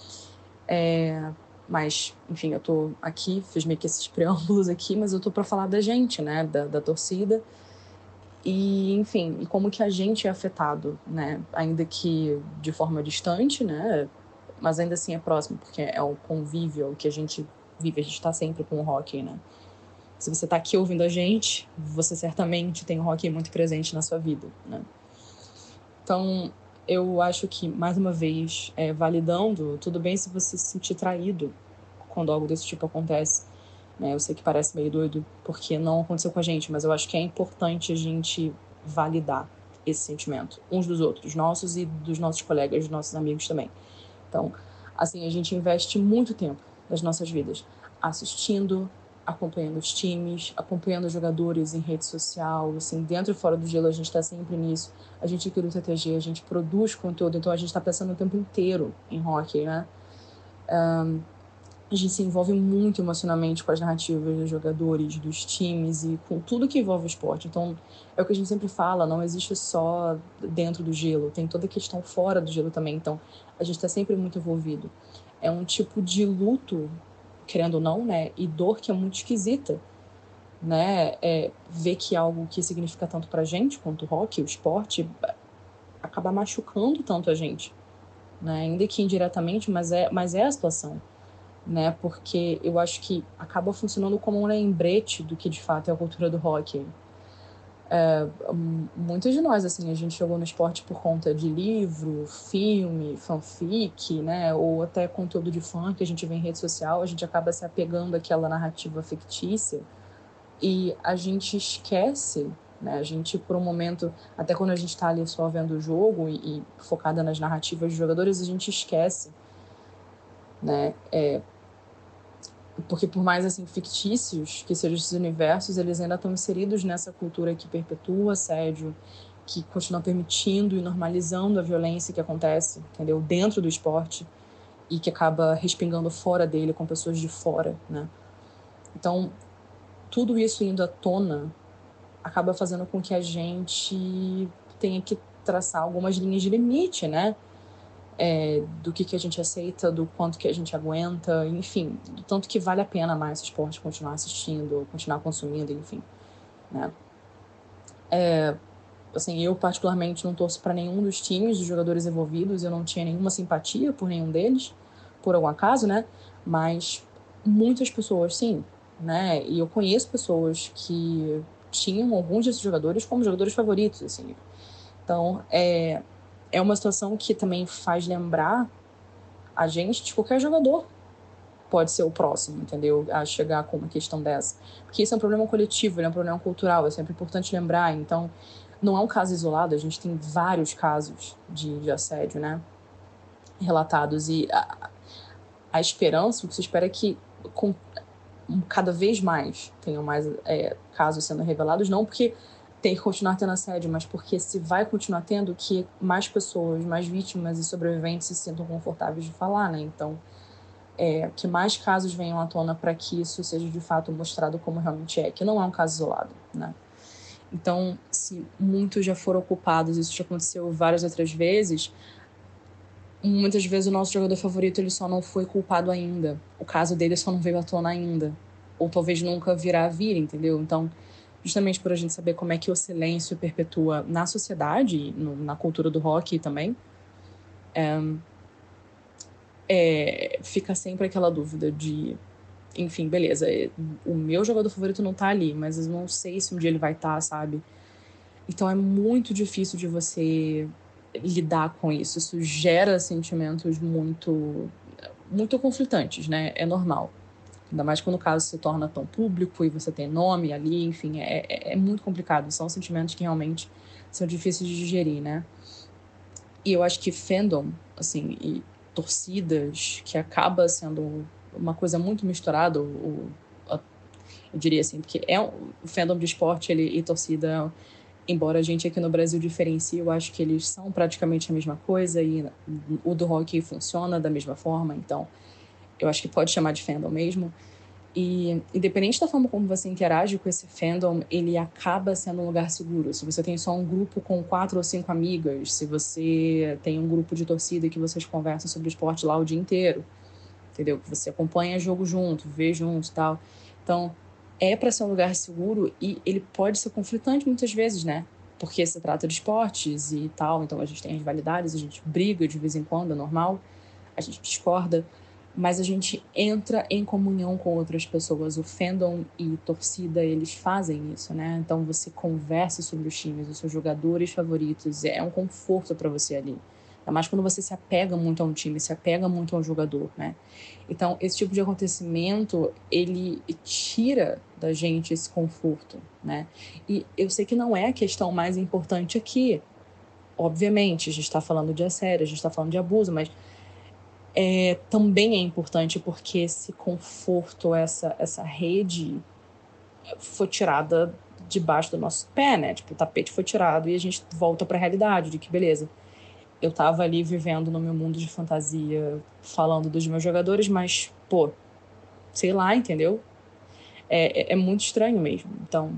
Mas, enfim, eu tô aqui, fiz meio que esses preâmbulos aqui, mas eu tô para falar da gente, né, da torcida, e, enfim, e como que a gente é afetado, né, ainda que de forma distante, né, mas ainda assim é próximo, porque é o convívio, o que a gente vive, a gente tá sempre com o hockey, né. Se você está aqui ouvindo a gente, você certamente tem o hockey muito presente na sua vida, né? Então, eu acho que, mais uma vez, validando, tudo bem se você se sentir traído quando algo desse tipo acontece, né? Eu sei que parece meio doido, porque não aconteceu com a gente, mas eu acho que é importante a gente validar esse sentimento, uns dos outros, nossos e dos nossos colegas, dos nossos amigos também. Então, assim, a gente investe muito tempo das nossas vidas assistindo, acompanhando os times, acompanhando os jogadores em rede social, assim, dentro e fora do gelo, a gente está sempre nisso. A gente aqui do TTG, a gente produz conteúdo, então a gente está pensando o tempo inteiro em hockey, né? A gente se envolve muito emocionalmente com as narrativas dos jogadores, dos times e com tudo que envolve o esporte. Então, é o que a gente sempre fala, não existe só dentro do gelo, tem toda a questão fora do gelo também. Então, a gente está sempre muito envolvido. É um tipo de luto, querendo ou não, né? E dor que é muito esquisita, né? Ver que algo que significa tanto pra gente, quanto o hockey, o esporte, acaba machucando tanto a gente, né? Ainda que indiretamente, mas é a situação, né? Porque eu acho que acaba funcionando como um lembrete do que de fato é a cultura do hockey. Muitos de nós, assim, a gente chegou no esporte por conta de livro, filme, fanfic, né? Ou até conteúdo de fã que a gente vê em rede social, a gente acaba se apegando àquela narrativa fictícia e a gente esquece, né? A gente, por um momento, até quando a gente está ali só vendo o jogo e focada nas narrativas dos jogadores, a gente esquece, né? Porque por mais assim fictícios que sejam esses universos, eles ainda estão inseridos nessa cultura que perpetua o assédio, que continua permitindo e normalizando a violência que acontece, entendeu? Dentro do esporte e que acaba respingando fora dele com pessoas de fora, né? Então, tudo isso indo à tona acaba fazendo com que a gente tenha que traçar algumas linhas de limite, né? Do que a gente aceita, do quanto que a gente aguenta, enfim, do tanto que vale a pena mais esse esporte continuar assistindo, continuar consumindo, enfim, né? Assim, eu particularmente não torço para nenhum dos times, dos jogadores envolvidos, eu não tinha nenhuma simpatia por nenhum deles, por algum acaso, né? Mas muitas pessoas, sim, né? E eu conheço pessoas que tinham alguns desses jogadores como jogadores favoritos, assim. Então, é uma situação que também faz lembrar a gente de qualquer jogador pode ser o próximo, entendeu? A chegar com uma questão dessa. Porque isso é um problema coletivo, é um problema cultural, é sempre importante lembrar. Então, não é um caso isolado, a gente tem vários casos de assédio, né? Relatados. E a esperança, o que se espera é que cada vez mais tenham mais casos sendo revelados, não porque tem que continuar tendo assédio, mas porque se vai continuar tendo, que mais pessoas, mais vítimas e sobreviventes se sintam confortáveis de falar, né? Então, que mais casos venham à tona para que isso seja de fato mostrado como realmente é, que não é um caso isolado, né? Então, se muitos já foram culpados, isso já aconteceu várias outras vezes, muitas vezes o nosso jogador favorito ele só não foi culpado ainda, o caso dele só não veio à tona ainda, ou talvez nunca virá a vir, entendeu? Então, justamente por a gente saber como é que o silêncio perpetua na sociedade, na cultura do rock também, fica sempre aquela dúvida de, enfim, beleza, o meu jogador favorito não tá ali, mas eu não sei se um dia ele vai estar, sabe? Então é muito difícil de você lidar com isso. Isso gera sentimentos muito, muito conflitantes, né? É normal. Ainda mais quando o caso se torna tão público e você tem nome ali, enfim, é muito complicado. São sentimentos que realmente são difíceis de digerir, né? E eu acho que fandom, assim, e torcidas, que acaba sendo uma coisa muito misturada, eu diria assim, porque o fandom de esporte e torcida, embora a gente aqui no Brasil diferencie, eu acho que eles são praticamente a mesma coisa e o do hockey funciona da mesma forma, então eu acho que pode chamar de fandom mesmo. E independente da forma como você interage com esse fandom, ele acaba sendo um lugar seguro. Se você tem só um grupo com 4 ou 5 amigas, se você tem um grupo de torcida que vocês conversam sobre esporte lá o dia inteiro, entendeu? Que você acompanha jogo junto, vê junto e tal. Então, é para ser um lugar seguro e ele pode ser conflitante muitas vezes, né? Porque se trata de esportes e tal, então a gente tem rivalidades, a gente briga de vez em quando, é normal, a gente discorda, mas a gente entra em comunhão com outras pessoas. O fandom e torcida, eles fazem isso, né? Então você conversa sobre os times, os seus jogadores favoritos, é um conforto para você ali. Ainda mais quando você se apega muito a um time, se apega muito a um jogador, né? Então, esse tipo de acontecimento, ele tira da gente esse conforto, né? E eu sei que não é a questão mais importante aqui. Obviamente, a gente está falando de assédio, a gente está falando de abuso, mas também é importante porque esse conforto, essa rede foi tirada debaixo do nosso pé, né? Tipo, o tapete foi tirado e a gente volta para a realidade de que, beleza, eu tava ali vivendo no meu mundo de fantasia, falando dos meus jogadores, mas, pô, sei lá, entendeu? É muito estranho mesmo. Então,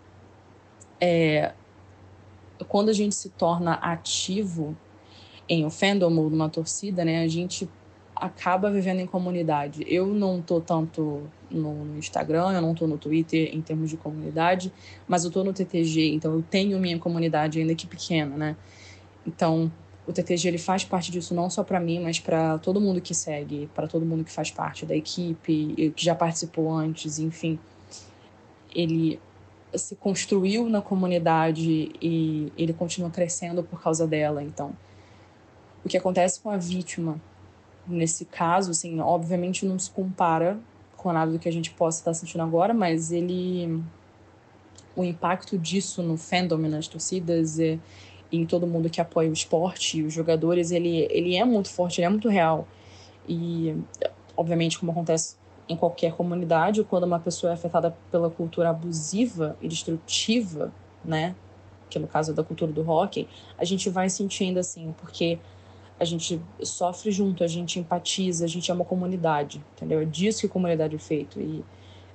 quando a gente se torna ativo em um fandom ou numa torcida, né, a gente acaba vivendo em comunidade. Eu não tô tanto no Instagram, eu não tô no Twitter em termos de comunidade, mas eu tô no TTG, então eu tenho minha comunidade ainda que pequena, né? Então, o TTG ele faz parte disso não só para mim, mas para todo mundo que segue, para todo mundo que faz parte da equipe, que já participou antes, enfim. Ele se construiu na comunidade e ele continua crescendo por causa dela. Então, o que acontece com a vítima nesse caso, assim, obviamente não se compara com nada do que a gente possa estar sentindo agora, mas ele o impacto disso no fandom, nas torcidas e em todo mundo que apoia o esporte e os jogadores, ele é muito forte, ele é muito real. E, obviamente, como acontece em qualquer comunidade, quando uma pessoa é afetada pela cultura abusiva e destrutiva, né, que no caso é da cultura do hockey, a gente vai sentindo assim, porque a gente sofre junto, a gente empatiza, a gente é uma comunidade, entendeu? É disso que a comunidade é feito. E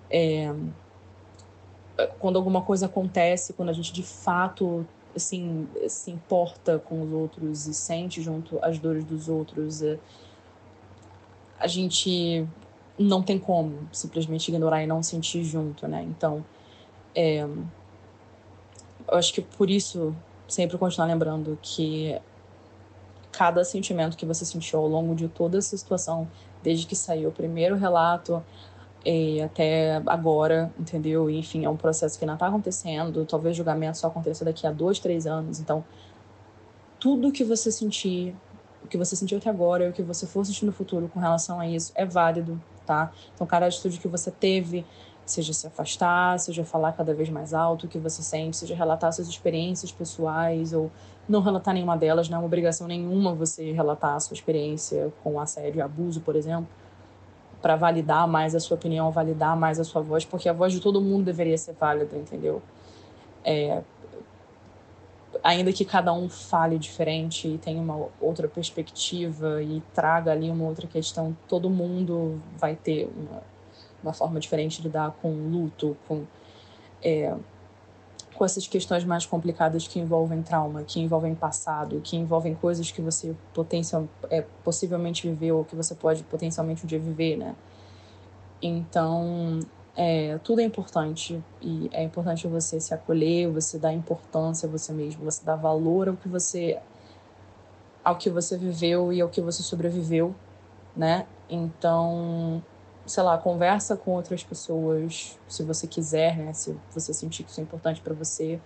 quando alguma coisa acontece, quando a gente de fato assim, se importa com os outros e sente junto as dores dos outros, a gente não tem como simplesmente ignorar e não sentir junto, né? Então, eu acho que por isso sempre continuar lembrando que cada sentimento que você sentiu ao longo de toda essa situação, desde que saiu o primeiro relato até agora, entendeu? E, enfim, é um processo que ainda está acontecendo, talvez o julgamento só aconteça daqui a 2, 3 anos, então tudo que você sentir, o que você sentiu até agora e o que você for sentir no futuro com relação a isso é válido, tá? Então, cada atitude que você teve, seja se afastar, seja falar cada vez mais alto o que você sente, seja relatar suas experiências pessoais ou não relatar nenhuma delas, não é uma obrigação nenhuma você relatar a sua experiência com assédio e abuso, por exemplo, para validar mais a sua opinião, validar mais a sua voz, porque a voz de todo mundo deveria ser válida, entendeu? Ainda que cada um fale diferente e tenha uma outra perspectiva e traga ali uma outra questão, todo mundo vai ter uma forma diferente de lidar com luto, com essas questões mais complicadas que envolvem trauma, que envolvem passado, que envolvem coisas que você possivelmente viveu ou que você pode potencialmente um dia viver, né? Então, tudo é importante e é importante você se acolher, você dar importância a você mesmo, você dar valor ao que você viveu e ao que você sobreviveu, né? Então, sei lá, conversa com outras pessoas, se você quiser, né? Se você sentir que isso é importante para você.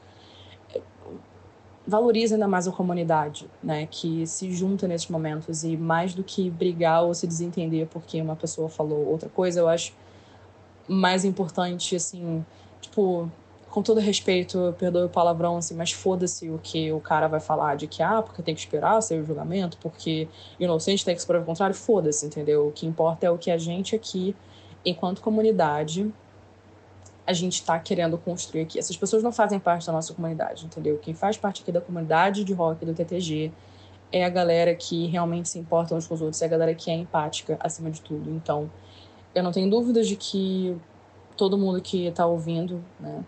Valoriza ainda mais a comunidade, né? Que se junta nesses momentos e mais do que brigar ou se desentender porque uma pessoa falou outra coisa, eu acho mais importante, assim, tipo, com todo respeito, perdoe o palavrão, assim, mas foda-se o que o cara vai falar de que, porque tem que esperar sair o julgamento, porque inocente tem que se provar o contrário, foda-se, entendeu? O que importa é o que a gente aqui, enquanto comunidade, a gente tá querendo construir aqui. Essas pessoas não fazem parte da nossa comunidade, entendeu? Quem faz parte aqui da comunidade de rock do TTG é a galera que realmente se importa uns com os outros, é a galera que é empática, acima de tudo. Então, eu não tenho dúvidas de que todo mundo que está ouvindo, né,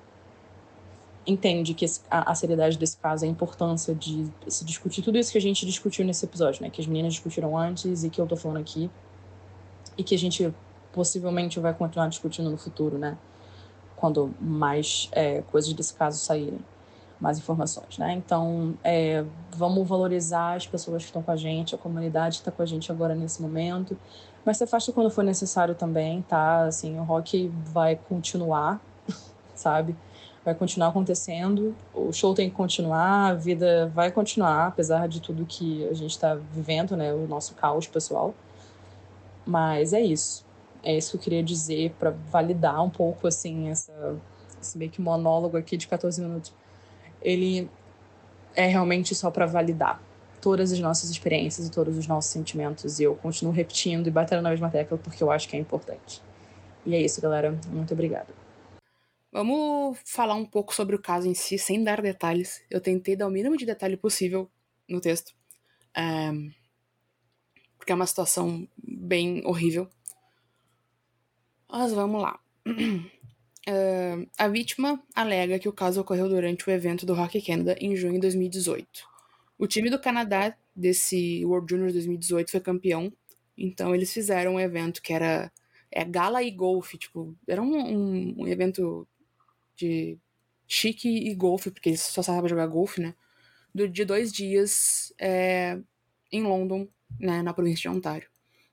entende que a seriedade desse caso, a importância de se discutir tudo isso que a gente discutiu nesse episódio, né, que as meninas discutiram antes e que eu tô falando aqui, e que a gente possivelmente vai continuar discutindo no futuro, né, quando mais coisas desse caso saírem, mais informações, né. Então, vamos valorizar as pessoas que estão com a gente, a comunidade que está com a gente agora nesse momento, mas se afasta quando for necessário também, tá? Assim, o rock vai continuar, sabe? Vai continuar acontecendo, o show tem que continuar, a vida vai continuar, apesar de tudo que a gente tá vivendo, né? O nosso caos pessoal. Mas é isso. É isso que eu queria dizer para validar um pouco, assim, esse meio que monólogo aqui de 14 minutos. Ele é realmente só para validar todas as nossas experiências e todos os nossos sentimentos. E eu continuo repetindo e batendo na mesma tecla porque eu acho que é importante. E é isso, galera. Muito obrigada. Vamos falar um pouco sobre o caso em si, sem dar detalhes. Eu tentei dar o mínimo de detalhe possível no texto. Porque é uma situação bem horrível. Mas vamos lá. A vítima alega que o caso ocorreu durante o evento do Hockey Canada em junho de 2018. O time do Canadá desse World Junior 2018 foi campeão, então eles fizeram um evento que era gala e golfe, tipo, era um evento de chique e golfe, porque eles só sabem jogar golfe, né? De 2 dias em London, né, na província de Ontário.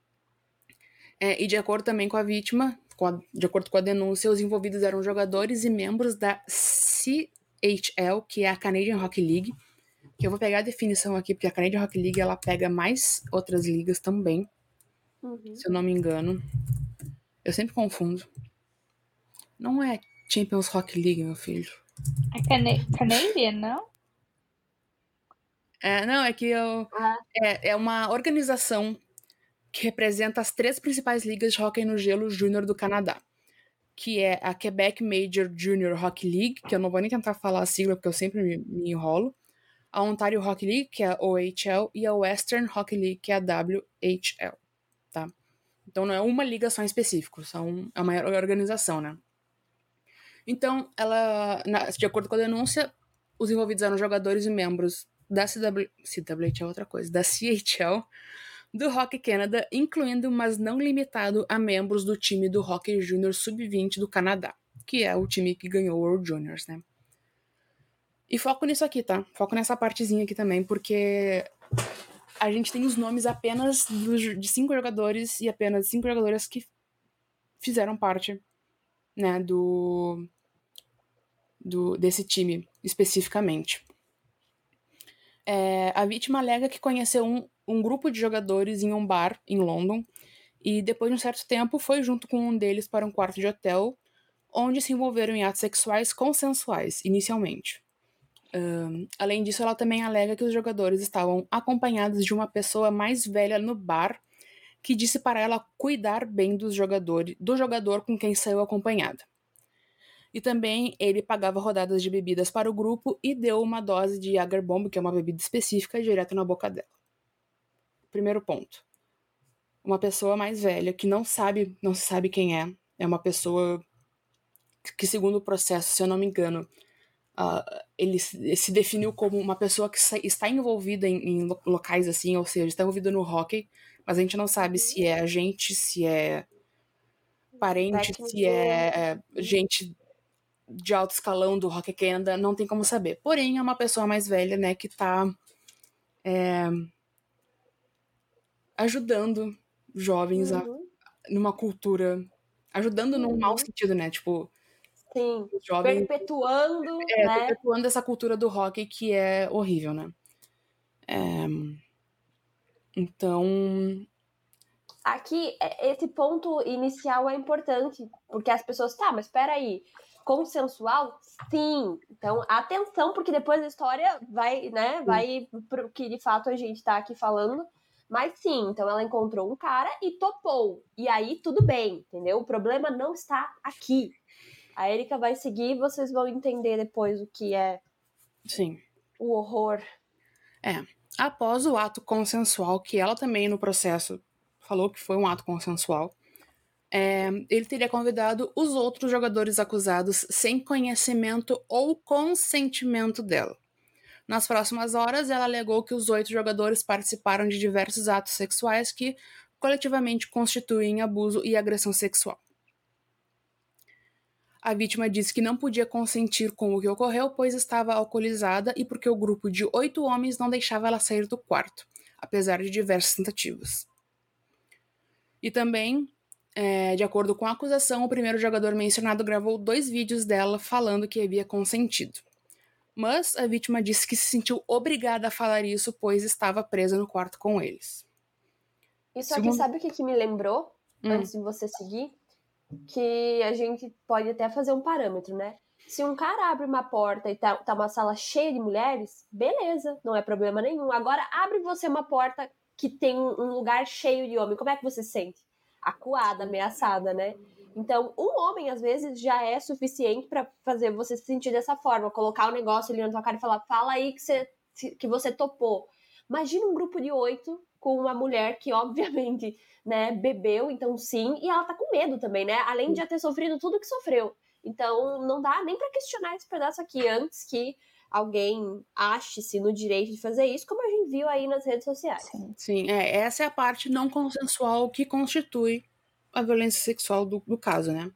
E de acordo também com a vítima, de acordo com a denúncia, os envolvidos eram jogadores e membros da CHL, que é a Canadian Hockey League, que eu vou pegar a definição aqui, porque a Canadian Hockey League ela pega mais outras ligas também, se eu não me engano. Eu sempre confundo. Não é Champions Hockey League, meu filho. É Canadian, não? Não, é que é uma organização que representa as 3 principais ligas de hóquei no gelo júnior do Canadá, que é a Quebec Major Junior Hockey League, que eu não vou nem tentar falar a sigla porque eu sempre me enrolo, a Ontario Hockey League, que é a OHL, e a Western Hockey League, que é a WHL, tá? Então não é uma liga só em específico, é uma organização, né? Então, de acordo com a denúncia, os envolvidos eram jogadores e membros da CWHL é outra coisa, da CHL, do Hockey Canada, incluindo, mas não limitado, a membros do time do Hockey Junior Sub-20 do Canadá, que é o time que ganhou o World Juniors, né? E foco nisso aqui, tá? Foco nessa partezinha aqui também, porque a gente tem os nomes apenas de 5 jogadores e apenas 5 jogadoras que fizeram parte, né, desse time especificamente. A vítima alega que conheceu um grupo de jogadores em um bar em London e depois de um certo tempo foi junto com um deles para um quarto de hotel onde se envolveram em atos sexuais consensuais, inicialmente. Além disso, ela também alega que os jogadores estavam acompanhados de uma pessoa mais velha no bar que disse para ela cuidar bem do jogador com quem saiu acompanhada. E também ele pagava rodadas de bebidas para o grupo e deu uma dose de Jägerbomb, que é uma bebida específica, direto na boca dela. Primeiro ponto. Uma pessoa mais velha que não se sabe quem é uma pessoa que, segundo o processo, se eu não me engano, ele se definiu como uma pessoa que está envolvida em locais assim, ou seja, está envolvida no hockey, mas a gente não sabe se é agente, se é parente, se é gente de alto escalão do Hockey Canada, não tem como saber. Porém, é uma pessoa mais velha, né, que tá ajudando jovens numa cultura, ajudando num mau sentido, né, tipo, sim, os jovens perpetuando, né? perpetuando essa cultura do hockey que é horrível, né. Então, Aqui, esse ponto inicial é importante, porque as pessoas, tá, mas espera aí, consensual? Sim. Então, atenção, porque depois a história vai, né, vai pro que de fato a gente tá aqui falando. Mas sim, então ela encontrou um cara e topou. E aí tudo bem, entendeu? O problema não está aqui. A Erika vai seguir e vocês vão entender depois o que é sim. o horror. Após o ato consensual, que ela também no processo falou que foi um ato consensual, ele teria convidado os outros jogadores acusados sem conhecimento ou consentimento dela. Nas próximas horas, ela alegou que os 8 jogadores participaram de diversos atos sexuais que coletivamente constituem abuso e agressão sexual. A vítima disse que não podia consentir com o que ocorreu, pois estava alcoolizada e porque o grupo de 8 homens não deixava ela sair do quarto, apesar de diversas tentativas. E também, de acordo com a acusação, o primeiro jogador mencionado gravou 2 vídeos dela falando que havia consentido. Mas a vítima disse que se sentiu obrigada a falar isso, pois estava presa no quarto com eles. Isso aqui, sabe o que me lembrou? Antes de você seguir? Que a gente pode até fazer um parâmetro, né? Se um cara abre uma porta e tá uma sala cheia de mulheres, beleza, não é problema nenhum. Agora, abre você uma porta que tem um lugar cheio de homem, como é que você se sente? Acuada, ameaçada, né? Então, um homem, às vezes, já é suficiente para fazer você se sentir dessa forma, colocar o negócio ali na tua cara e falar, fala aí que você topou. Imagina um grupo de 8 com uma mulher que, obviamente, né, bebeu, então sim, e ela tá com medo também, né? Além de já ter sofrido tudo que sofreu. Então, não dá nem para questionar esse pedaço aqui antes que alguém ache-se no direito de fazer isso, como a gente viu aí nas redes sociais. Sim, essa é a parte não consensual que constitui a violência sexual do caso, né?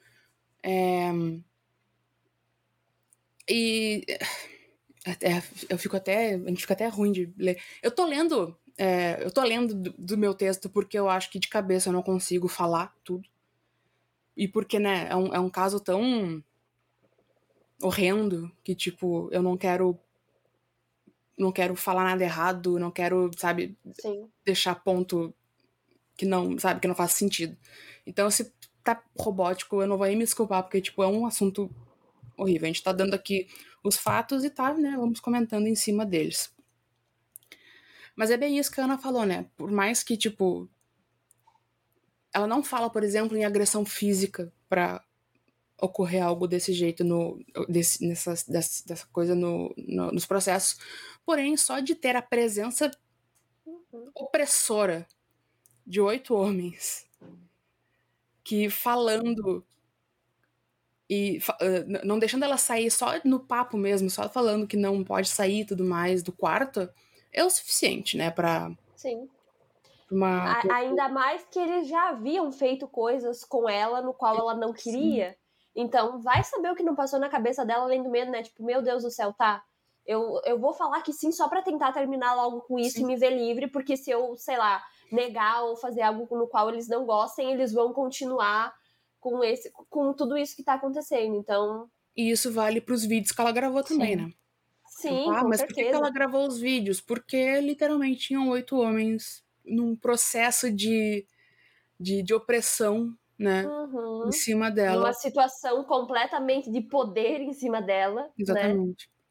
E a gente fica até ruim de ler. Eu tô lendo do meu texto porque eu acho que de cabeça eu não consigo falar tudo. E porque, né, é um caso tão horrendo que, tipo, eu não quero falar nada errado, não quero, sabe, Sim. deixar ponto que não faz sentido. Então, se tá robótico, eu não vou nem me desculpar, porque, tipo, é um assunto horrível. A gente tá dando aqui os fatos e tá, né, vamos comentando em cima deles. Mas é bem isso que a Ana falou, né? Por mais que, tipo, ela não fala, por exemplo, em agressão física pra ocorrer algo desse jeito, dessa coisa nos processos. Porém, só de ter a presença opressora de 8 homens que falando e não deixando ela sair só no papo mesmo, só falando que não pode sair e tudo mais do quarto, é o suficiente, né, pra Sim. uma... Ainda mais que eles já haviam feito coisas com ela no qual ela não queria. Sim. Então, vai saber o que não passou na cabeça dela além do medo, né? Tipo, meu Deus do céu, tá? Eu vou falar que sim só pra tentar terminar logo com isso, sim, e me ver livre, porque se eu, sei lá, negar ou fazer algo no qual eles não gostem, eles vão continuar com tudo isso que tá acontecendo. Então... E isso vale pros vídeos que ela gravou também, sim, né? Sim, tipo, com mas certeza. por que ela gravou os vídeos? Porque literalmente tinham 8 homens num processo de opressão, né? Uhum. Em cima dela. Numa situação completamente de poder em cima dela. Exatamente. Né?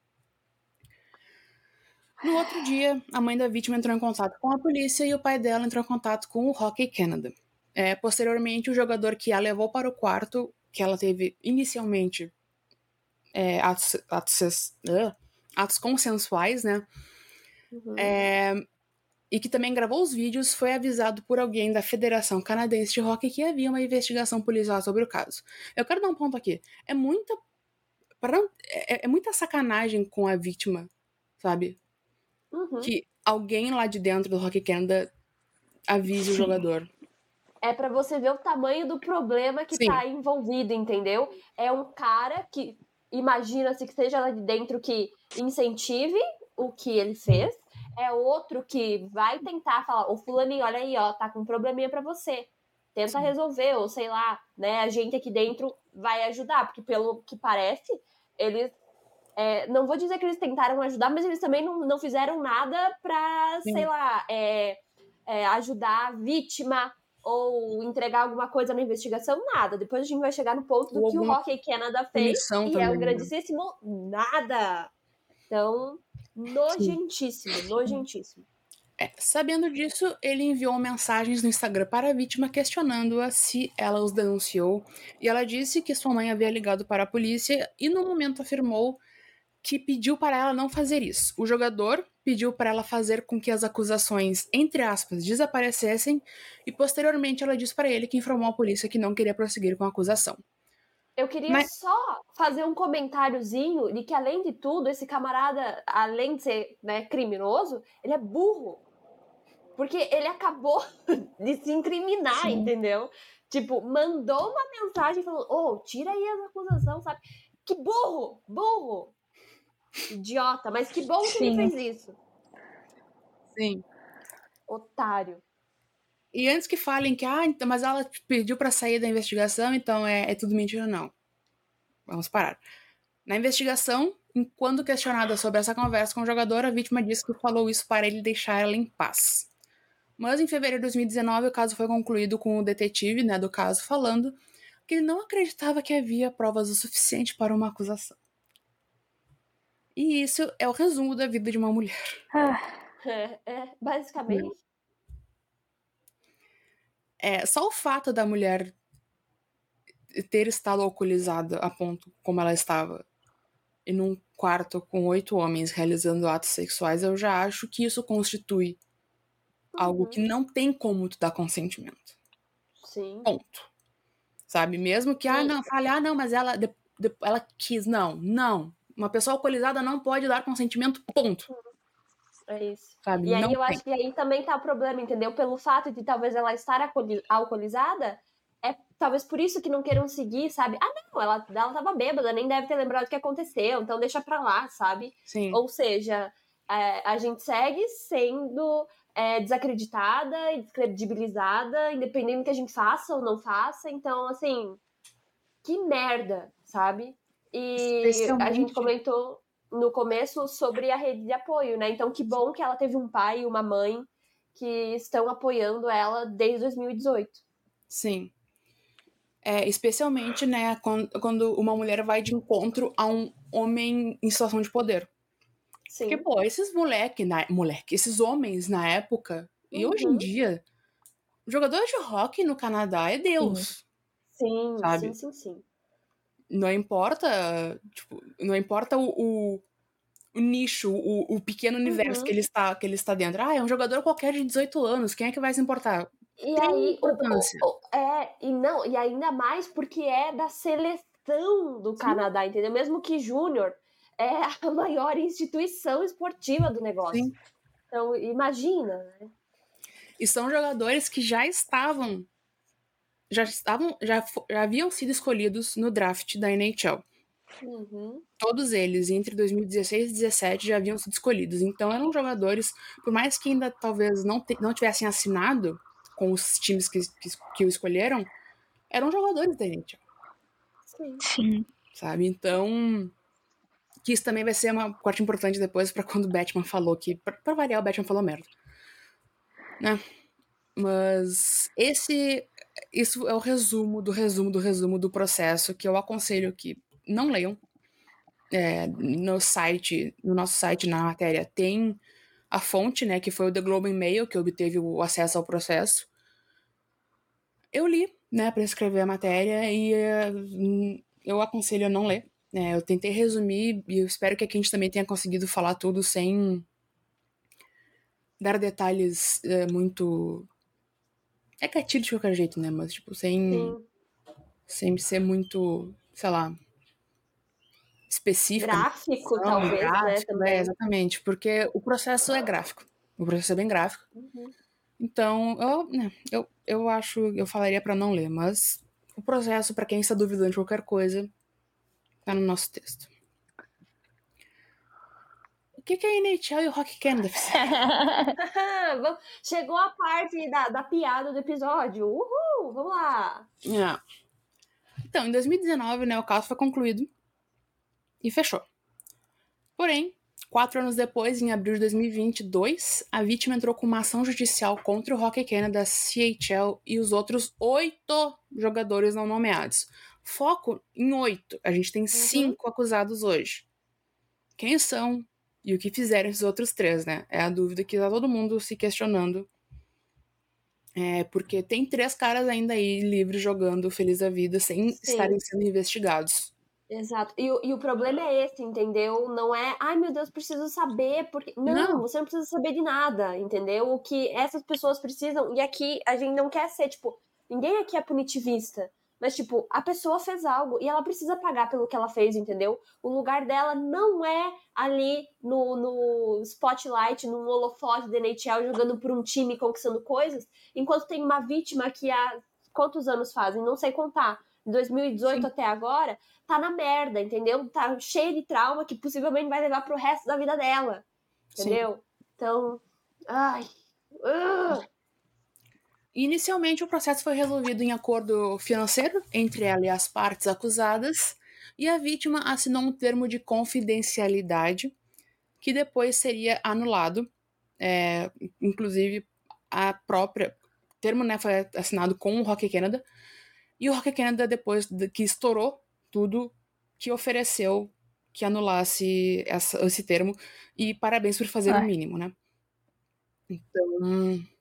No outro dia, a mãe da vítima entrou em contato com a polícia e o pai dela entrou em contato com o Hockey Canada. Posteriormente, o jogador que a levou para o quarto, que ela teve inicialmente atos consensuais, né? Uhum. E que também gravou os vídeos, foi avisado por alguém da Federação Canadense de Hockey que havia uma investigação policial sobre o caso. Eu quero dar um ponto aqui. É muita sacanagem com a vítima, sabe? Uhum. Que alguém lá de dentro do Hockey Canada avise o jogador. É pra você ver o tamanho do problema que tá envolvido, entendeu? É um cara que imagina-se que seja lá de dentro que incentive o que ele fez. É outro que vai tentar falar, ô fulaninho, olha aí, ó, tá com um probleminha pra você. Tenta resolver, ou sei lá, né? A gente aqui dentro vai ajudar, porque pelo que parece, eles... não vou dizer que eles tentaram ajudar, mas eles também não fizeram nada pra, sei lá, ajudar a vítima ou entregar alguma coisa na investigação, nada. Depois a gente vai chegar no ponto do que o Hockey Canada fez e também, é um grandíssimo nada. Então, nojentíssimo, nojentíssimo. Sabendo disso, ele enviou mensagens no Instagram para a vítima questionando-a se ela os denunciou, e ela disse que sua mãe havia ligado para a polícia e no momento afirmou que pediu para ela não fazer isso. O jogador pediu para ela fazer com que as acusações, entre aspas, desaparecessem, e posteriormente ela disse para ele que informou a polícia que não queria prosseguir com a acusação. Eu queria só fazer um comentáriozinho de que, além de tudo, esse camarada, além de ser, né, criminoso, ele é burro. Porque ele acabou de se incriminar, entendeu? Tipo, mandou uma mensagem falando, tira aí as acusações, sabe? Que burro, burro. Idiota, mas que bom que ele fez isso. Sim. Otário. E antes que falem que, então, mas ela pediu para sair da investigação, então é tudo mentira, não. Vamos parar. Na investigação, quando questionada sobre essa conversa com o jogador, a vítima disse que falou isso para ele deixar ela em paz. Mas em fevereiro de 2019, o caso foi concluído com o detetive, né, do caso falando que ele não acreditava que havia provas o suficiente para uma acusação. E isso é o resumo da vida de uma mulher. Basicamente. Só o fato da mulher ter estado alcoolizada a ponto como ela estava e num quarto com 8 homens realizando atos sexuais, eu já acho que isso constitui algo que não tem como tu dar consentimento. Sim. Ponto. Sabe? Mesmo que, não, mas ela quis. Não. Uma pessoa alcoolizada não pode dar consentimento, ponto. É isso. Sabe? E aí não eu acho que aí também tá o problema, entendeu? Pelo fato de talvez ela estar alcoolizada, talvez por isso que não queiram seguir, sabe? Não, ela tava bêbada, nem deve ter lembrado o que aconteceu, então deixa pra lá, sabe? Sim. Ou seja, a gente segue sendo desacreditada e descredibilizada, independente do que a gente faça ou não faça. Então, assim, que merda, sabe? E a gente comentou no começo sobre a rede de apoio, né? Então, que bom que ela teve um pai e uma mãe que estão apoiando ela desde 2018. Sim. Especialmente, né, quando uma mulher vai de encontro a um homem em situação de poder. Sim. Porque, pô, esses esses homens na época, e hoje em dia, jogador de hockey no Canadá é Deus. Sim, sabe? sim. Não importa, tipo, não importa o nicho, o pequeno universo que ele está dentro. É um jogador qualquer de 18 anos, quem é que vai se importar? E Tem aí, importância. e ainda mais porque é da seleção do Canadá, entendeu? Mesmo que Júnior é a maior instituição esportiva do negócio. Sim. Então, imagina, né? E são jogadores que já haviam sido escolhidos no draft da NHL. Todos eles, entre 2016 e 2017, já haviam sido escolhidos. Então eram jogadores, por mais que ainda talvez não tivessem assinado com os times que o escolheram, eram jogadores da NHL. Sim. Sabe? Então, que isso também vai ser uma parte importante depois pra quando o Batman falou que, pra variar, o Batman falou merda. Né? Mas isso é o resumo do processo, que eu aconselho que não leiam. No nosso site, na matéria, tem a fonte, né, que foi o The Globe and Mail, que obteve o acesso ao processo. Eu li, né, para escrever a matéria e eu aconselho a não ler. Eu tentei resumir e eu espero que aqui a gente também tenha conseguido falar tudo sem dar detalhes muito... É gatilho de qualquer jeito, né, mas tipo, sem ser muito, sei lá, específico. Gráfico, talvez, né, também. Exatamente, porque o processo é gráfico. O processo é bem gráfico. Então, eu acho, eu falaria pra não ler, mas o processo, pra quem está duvidando de qualquer coisa, tá no nosso texto. O que é a NHL e o Hockey Canada fizeram? Chegou a parte da piada do episódio. Uhul, vamos lá. Então, em 2019, né, o caso foi concluído e fechou. Porém, 4 anos depois, em abril de 2022, a vítima entrou com uma ação judicial contra o Hockey Canada, CHL e os outros 8 jogadores não nomeados. Foco em 8. A gente tem 5 acusados hoje. Quem são e o que fizeram esses outros 3, né? É a dúvida que tá todo mundo se questionando. Porque tem 3 caras ainda aí livres jogando feliz da vida sem estarem sendo investigados. Exato. E o problema é esse, entendeu? Não é, ai meu Deus, preciso saber, porque. Não, você não precisa saber de nada, entendeu? O que essas pessoas precisam, e aqui a gente não quer ser, tipo, ninguém aqui é punitivista, mas, tipo, a pessoa fez algo e ela precisa pagar pelo que ela fez, entendeu? O lugar dela não é ali no spotlight, no holofote da NHL, jogando por um time, conquistando coisas, enquanto tem uma vítima que há quantos anos fazem? Não sei contar. De 2018 até agora, tá na merda, entendeu? Tá cheio de trauma que possivelmente vai levar pro resto da vida dela, entendeu? Sim. Então, ai... Inicialmente, o processo foi resolvido em acordo financeiro entre ela e as partes acusadas, e a vítima assinou um termo de confidencialidade que depois seria anulado. Inclusive, o termo, né, foi assinado com o Hockey Canada, e o Hockey Canada, depois que estourou tudo, que ofereceu que anulasse esse termo, e parabéns por fazer o mínimo, né? Então...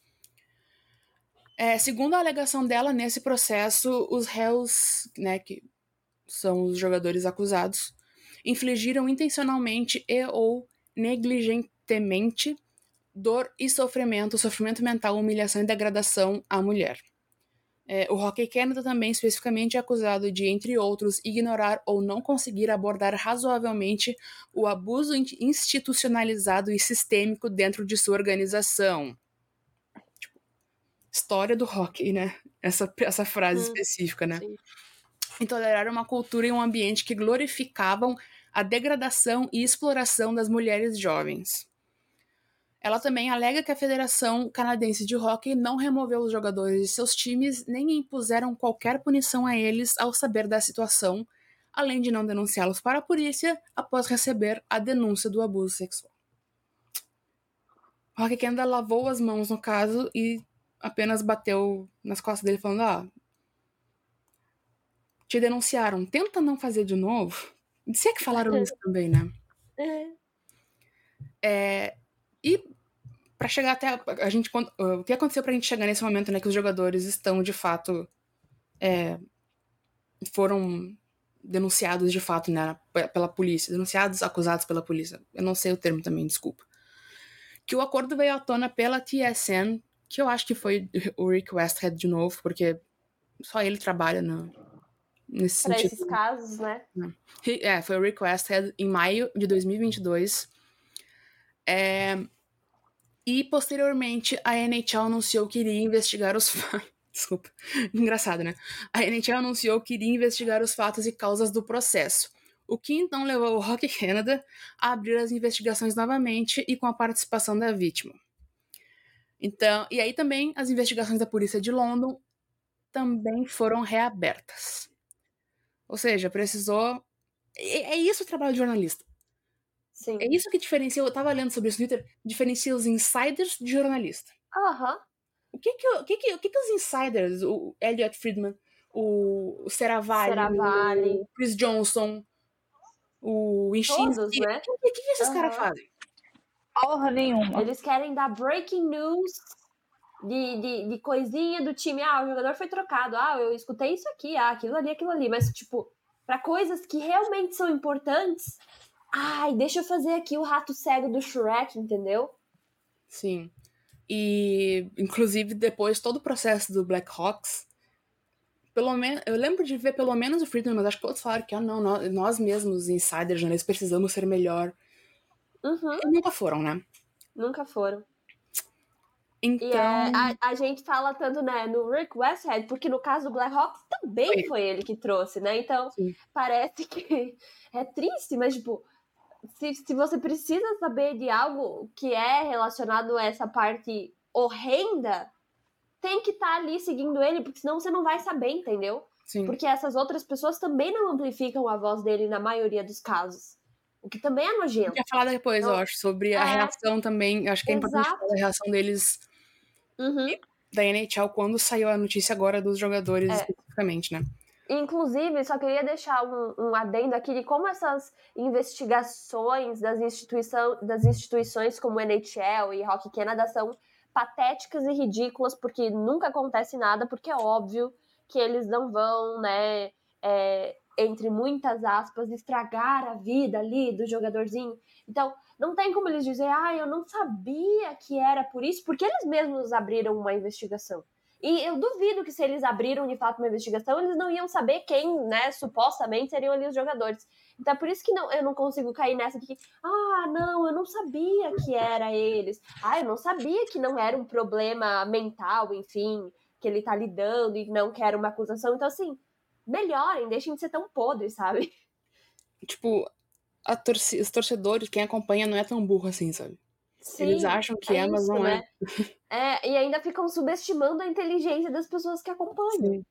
segundo a alegação dela, nesse processo, os réus, né, que são os jogadores acusados, infligiram intencionalmente e ou negligentemente dor e sofrimento mental, humilhação e degradação à mulher. O Hockey Canada também especificamente é acusado de, entre outros, ignorar ou não conseguir abordar razoavelmente o abuso institucionalizado e sistêmico dentro de sua organização. História do hockey, né? Essa frase específica, né? Sim. E tolerar uma cultura e um ambiente que glorificavam a degradação e exploração das mulheres jovens. Ela também alega que a Federação Canadense de Hockey não removeu os jogadores de seus times nem impuseram qualquer punição a eles ao saber da situação, além de não denunciá-los para a polícia após receber a denúncia do abuso sexual. O Hockey Canada lavou as mãos no caso e apenas bateu nas costas dele falando, te denunciaram, tenta não fazer de novo. Se é que falaram isso também, né? E pra chegar até a gente, o que aconteceu pra gente chegar nesse momento, né, que os jogadores estão de fato foram denunciados de fato, né, pela polícia, denunciados, acusados pela polícia. Eu não sei o termo também, desculpa. Que o acordo veio à tona pela TSN, que eu acho que foi o Rick Westhead de novo, porque só ele trabalha nesse Pra sentido. esses casos, né? Foi o Rick Westhead em maio de 2022. E, posteriormente, a NHL anunciou que iria investigar os fatos. Desculpa, engraçado, né? A NHL anunciou que iria investigar os fatos e causas do processo, o que então levou o Hockey Canada a abrir as investigações novamente e com a participação da vítima. Então, e aí também as investigações da polícia de London também foram reabertas. Ou seja, precisou... É isso o trabalho de jornalista. Sim. É isso que diferencia, eu tava lendo sobre isso no Twitter, diferencia os insiders de jornalista. Aham. O que os insiders, o Elliot Friedman, o Seravalli, o Chris Johnson, o Inchinski, Todos, né? O que esses caras fazem? Porra nenhuma. Eles querem dar breaking news de coisinha do time. Ah, o jogador foi trocado. Ah, eu escutei isso aqui. Ah, aquilo ali. Mas, tipo, pra coisas que realmente são importantes... Ai, deixa eu fazer aqui o rato cego do Shrek, entendeu? Sim. E, inclusive, depois, todo o processo do Blackhawks, eu lembro de ver pelo menos o Friedman, mas acho que todos falaram que, não, nós mesmos, insiders, jornalistas, precisamos ser melhor. Uhum. E nunca foram, né? Nunca foram. Então... E a gente fala tanto, né, no Rick Westhead, porque no caso do Blackhawks também foi ele que trouxe, né? Então, sim, parece que é triste, mas, tipo, se você precisa saber de algo que é relacionado a essa parte horrenda, tem que estar ali seguindo ele, porque senão você não vai saber, entendeu? sim. Porque essas outras pessoas também não amplificam a voz dele na maioria dos casos. O que também é nojento. Quer falar depois, eu acho, sobre a reação também. Acho que é importante falar da reação deles da NHL quando saiu a notícia agora dos jogadores especificamente, né? Inclusive, só queria deixar um adendo aqui de como essas investigações das instituições como NHL e Hockey Canada são patéticas e ridículas, porque nunca acontece nada, porque é óbvio que eles não vão, né, entre muitas aspas, estragar a vida ali do jogadorzinho. Então, não tem como eles dizer, eu não sabia que era por isso, porque eles mesmos abriram uma investigação. E eu duvido que se eles abriram de fato uma investigação, eles não iam saber quem, né, supostamente seriam ali os jogadores. Então é por isso que eu não consigo cair nessa de que, não, eu não sabia que era eles. Eu não sabia que não era um problema mental, enfim, que ele tá lidando e não quer uma acusação. Então, assim, melhorem, deixem de ser tão podres, sabe? Tipo, os torcedores, quem acompanha, não é tão burro assim, sabe? Sim, eles acham que mas isso, não né? E ainda ficam subestimando a inteligência das pessoas que acompanham. Sim.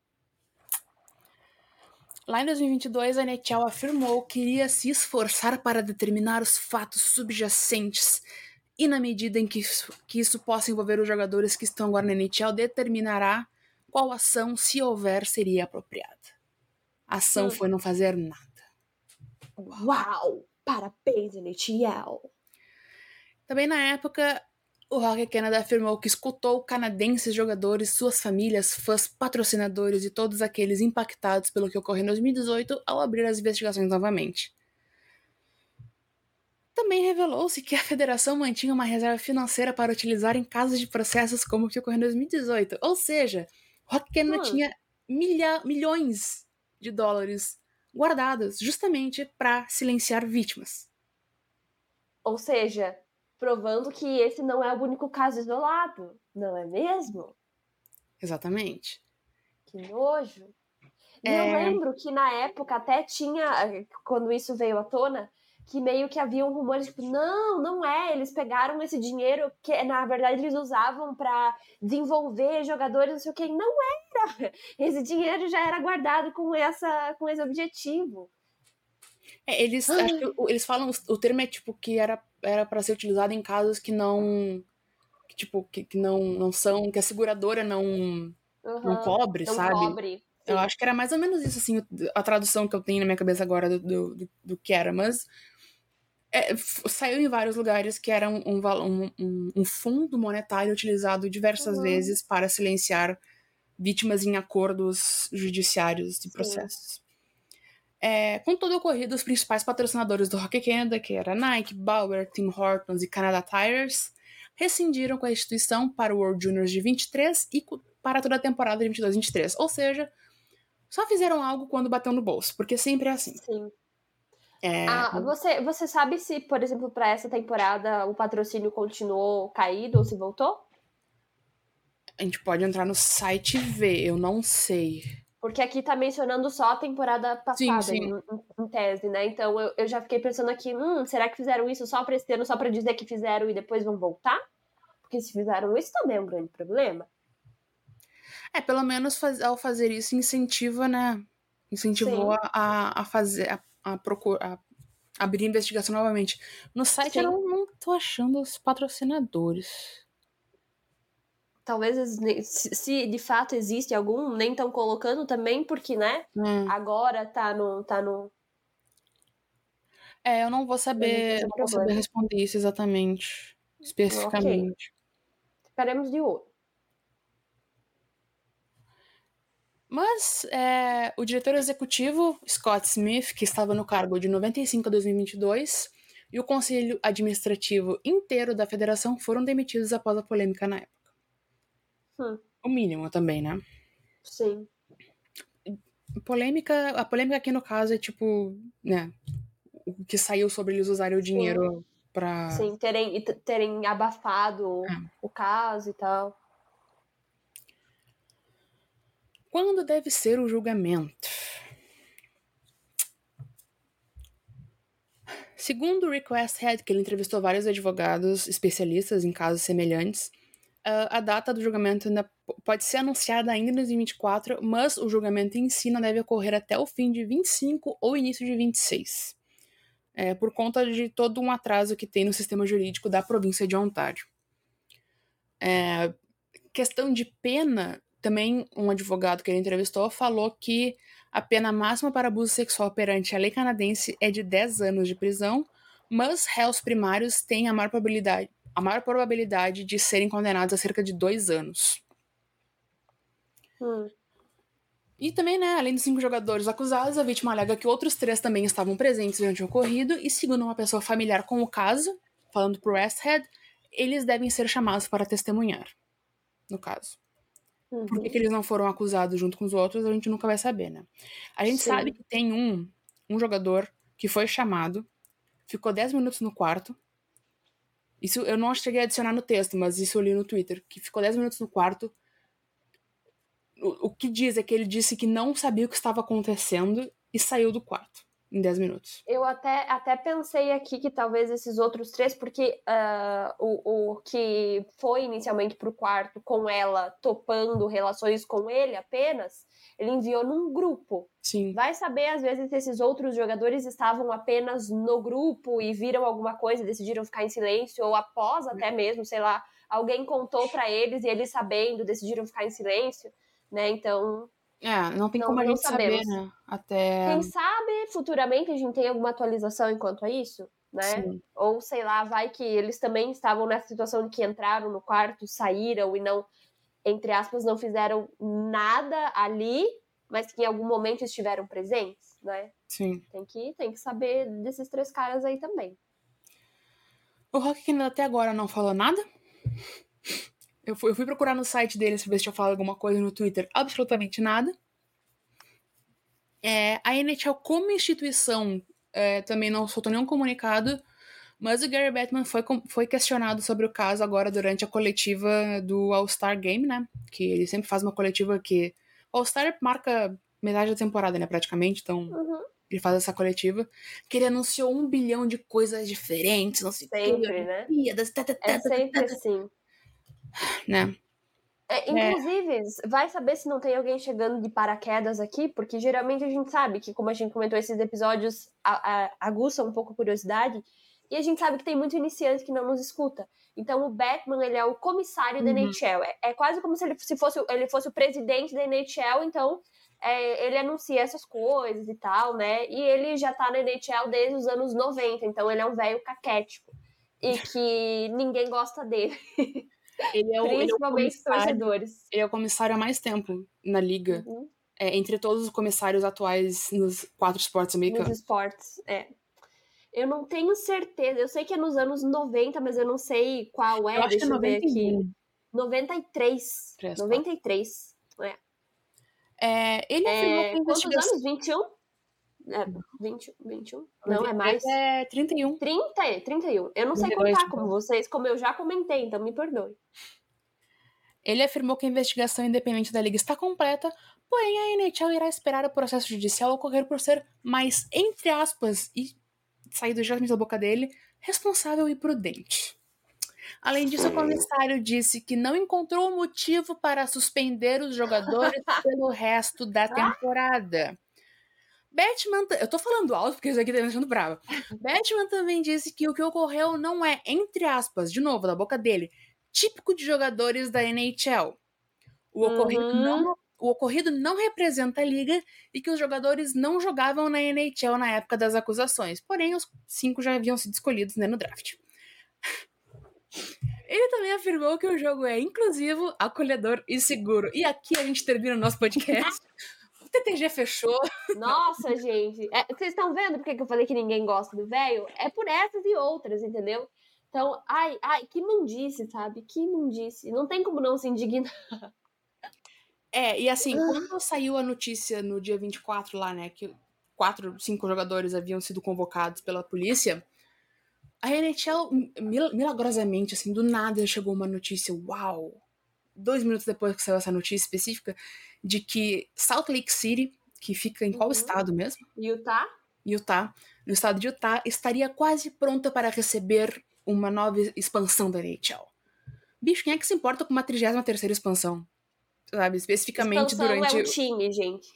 Lá em 2022, a NHL afirmou que iria se esforçar para determinar os fatos subjacentes e, na medida em que isso possa envolver os jogadores que estão agora na NHL, determinará qual ação, se houver, seria apropriada. A ação foi não fazer nada. Uau! Parabéns, NHL! Também na época, o Hockey Canada afirmou que escutou canadenses, jogadores, suas famílias, fãs, patrocinadores e todos aqueles impactados pelo que ocorreu em 2018 ao abrir as investigações novamente. Também revelou-se que a federação mantinha uma reserva financeira para utilizar em casos de processos como o que ocorreu em 2018. Ou seja, o Hockey Canada tinha milhões de dólares guardados justamente para silenciar vítimas. Ou seja, provando que esse não é o único caso isolado, não é mesmo? Exatamente. Que nojo. E eu lembro que na época até tinha, quando isso veio à tona, que meio que havia um rumor de tipo, não é, eles pegaram esse dinheiro que na verdade eles usavam para desenvolver jogadores, não sei o que. Não era! Esse dinheiro já era guardado com esse objetivo. Eles falam, o termo é tipo que era para ser utilizado em casos que não, que não são, que a seguradora não cobre, não sabe? Cobre. Eu acho que era mais ou menos isso, assim, a tradução que eu tenho na minha cabeça agora do que era, mas saiu em vários lugares que era um fundo monetário utilizado diversas vezes para silenciar vítimas em acordos judiciários de processos. Com todo o ocorrido, os principais patrocinadores do Hockey Canada, que era Nike, Bauer, Tim Hortons e Canada Tires, rescindiram com a instituição para o World Juniors de 23 e para toda a temporada de 22-23. Ou seja, só fizeram algo quando bateu no bolso, porque sempre é assim. Sim. Você sabe se, por exemplo, para essa temporada o patrocínio continuou caído ou se voltou? A gente pode entrar no site e ver, eu não sei. Porque aqui tá mencionando só a temporada passada, sim. Em tese, né? Então eu já fiquei pensando aqui, será que fizeram isso só pra esse ano, só pra dizer que fizeram e depois vão voltar? Porque se fizeram isso também é um grande problema. Pelo menos ao fazer isso incentiva, né? Incentivou a fazer, a procurar, a abrir investigação novamente. No site eu não tô achando os patrocinadores. Talvez, se de fato existe algum, nem estão colocando também, porque, né? Agora tá no... Eu não vou saber, responder isso exatamente, especificamente. Okay. Ficaremos de olho. Mas o diretor executivo, Scott Smith, que estava no cargo de 95 a 2022, e o conselho administrativo inteiro da federação foram demitidos após a polêmica na época. O mínimo também, né? Sim. A polêmica aqui no caso é tipo, né, o que saiu sobre eles usarem o dinheiro pra... Sim, terem abafado o caso e tal. Quando deve ser o julgamento? Segundo o Rick Westhead, que ele entrevistou vários advogados especialistas em casos semelhantes, a data do julgamento ainda pode ser anunciada ainda em 2024, mas o julgamento em si não deve ocorrer até o fim de 25 ou início de 26, por conta de todo um atraso que tem no sistema jurídico da província de Ontário. Questão de pena, também um advogado que ele entrevistou falou que a pena máxima para abuso sexual perante a lei canadense é de 10 anos de prisão, mas réus primários têm a maior probabilidade de serem condenados a cerca de 2 anos. E também, né, além dos 5 jogadores acusados, a vítima alega que outros 3 também estavam presentes durante o ocorrido, e segundo uma pessoa familiar com o caso, falando pro Westhead, eles devem ser chamados para testemunhar, no caso. Por que eles não foram acusados junto com os outros, a gente nunca vai saber, né? A gente sabe que tem um jogador que foi chamado, ficou 10 minutos no quarto. Isso eu não cheguei a adicionar no texto, mas isso eu li no Twitter, que ficou 10 minutos no quarto. O que diz é que ele disse que não sabia o que estava acontecendo e saiu do quarto em 10 minutos. Eu até pensei aqui que talvez esses outros 3, porque o que foi inicialmente pro quarto com ela topando relações com ele apenas, ele enviou num grupo. Sim. Vai saber, às vezes, se esses outros jogadores estavam apenas no grupo e viram alguma coisa e decidiram ficar em silêncio, ou após até mesmo, sei lá, alguém contou pra eles e eles sabendo, decidiram ficar em silêncio, né? Então... não tem como a gente saber, né? Quem sabe, futuramente, a gente tem alguma atualização enquanto a isso, né? Sim. Ou, sei lá, vai que eles também estavam nessa situação de que entraram no quarto, saíram e não, entre aspas, não fizeram nada ali, mas que em algum momento estiveram presentes, né? Sim. Tem que saber desses 3 caras aí também. O Hockey Canada até agora não falou nada. Eu fui procurar no site deles pra ver se tinha falado alguma coisa no Twitter. Absolutamente nada. A NHL como instituição também não soltou nenhum comunicado, mas o Gary Bettman foi questionado sobre o caso agora durante a coletiva do All-Star Game, né? Que ele sempre faz uma coletiva que... O All-Star marca metade da temporada, né? Praticamente, então... Ele faz essa coletiva, que ele anunciou 1 bilhão de coisas diferentes, não sei o que. Sempre, né? É sempre assim. Né? Inclusive, vai saber se não tem alguém chegando de paraquedas aqui, porque geralmente a gente sabe que, como a gente comentou, esses episódios aguçam um pouco a curiosidade, e a gente sabe que tem muito iniciante que não nos escuta. Então o Bettman, ele é o comissário da NHL. É quase como se ele fosse o presidente da NHL, então ele anuncia essas coisas e tal, né? E ele já tá na NHL desde os anos 90, então ele é um velho caquético. E que ninguém gosta dele. Principalmente torcedores. Ele é o comissário há mais tempo na liga. Uhum. Entre todos os comissários atuais nos 4 esportes americanos. Nos esportes, Eu não tenho certeza. Eu sei que é nos anos 90, mas eu não sei qual é. Deixa eu ver aqui. 93. 93. Ele afirmou que quantos anos? 21? 21? Não, é mais. É 31. 31. Eu não sei contar como vocês, como eu já comentei, então me perdoe. Ele afirmou que a investigação independente da liga está completa, porém a NHL irá esperar o processo judicial ocorrer por ser mais, entre aspas, e sair diretamente da boca dele, responsável e prudente. Além disso, o comissário disse que não encontrou motivo para suspender os jogadores pelo resto da temporada. Batman... Eu tô falando alto porque isso aqui tá me deixando brava. Batman também disse que o que ocorreu não é, entre aspas, de novo, da boca dele, típico de jogadores da NHL. O ocorrido não representa a liga e que os jogadores não jogavam na NHL na época das acusações. Porém, os 5 já haviam sido escolhidos, né, no draft. Ele também afirmou que o jogo é inclusivo, acolhedor e seguro. E aqui a gente termina o nosso podcast. O TTG fechou. Nossa, gente. Vocês estão vendo por que eu falei que ninguém gosta do velho? É por essas e outras, entendeu? Então, ai, que mundice, sabe? Que mundice. Não tem como não se indignar. E assim, quando saiu a notícia no dia 24 lá, né, que 5 jogadores haviam sido convocados pela polícia, a NHL, milagrosamente, assim, do nada chegou uma notícia, uau! 2 minutos depois que saiu essa notícia específica, de que Salt Lake City, que fica em qual estado mesmo? Utah. No estado de Utah, estaria quase pronta para receber uma nova expansão da NHL. Bicho, quem é que se importa com uma 33ª expansão? Sabe, especificamente expansão durante... é um time, gente.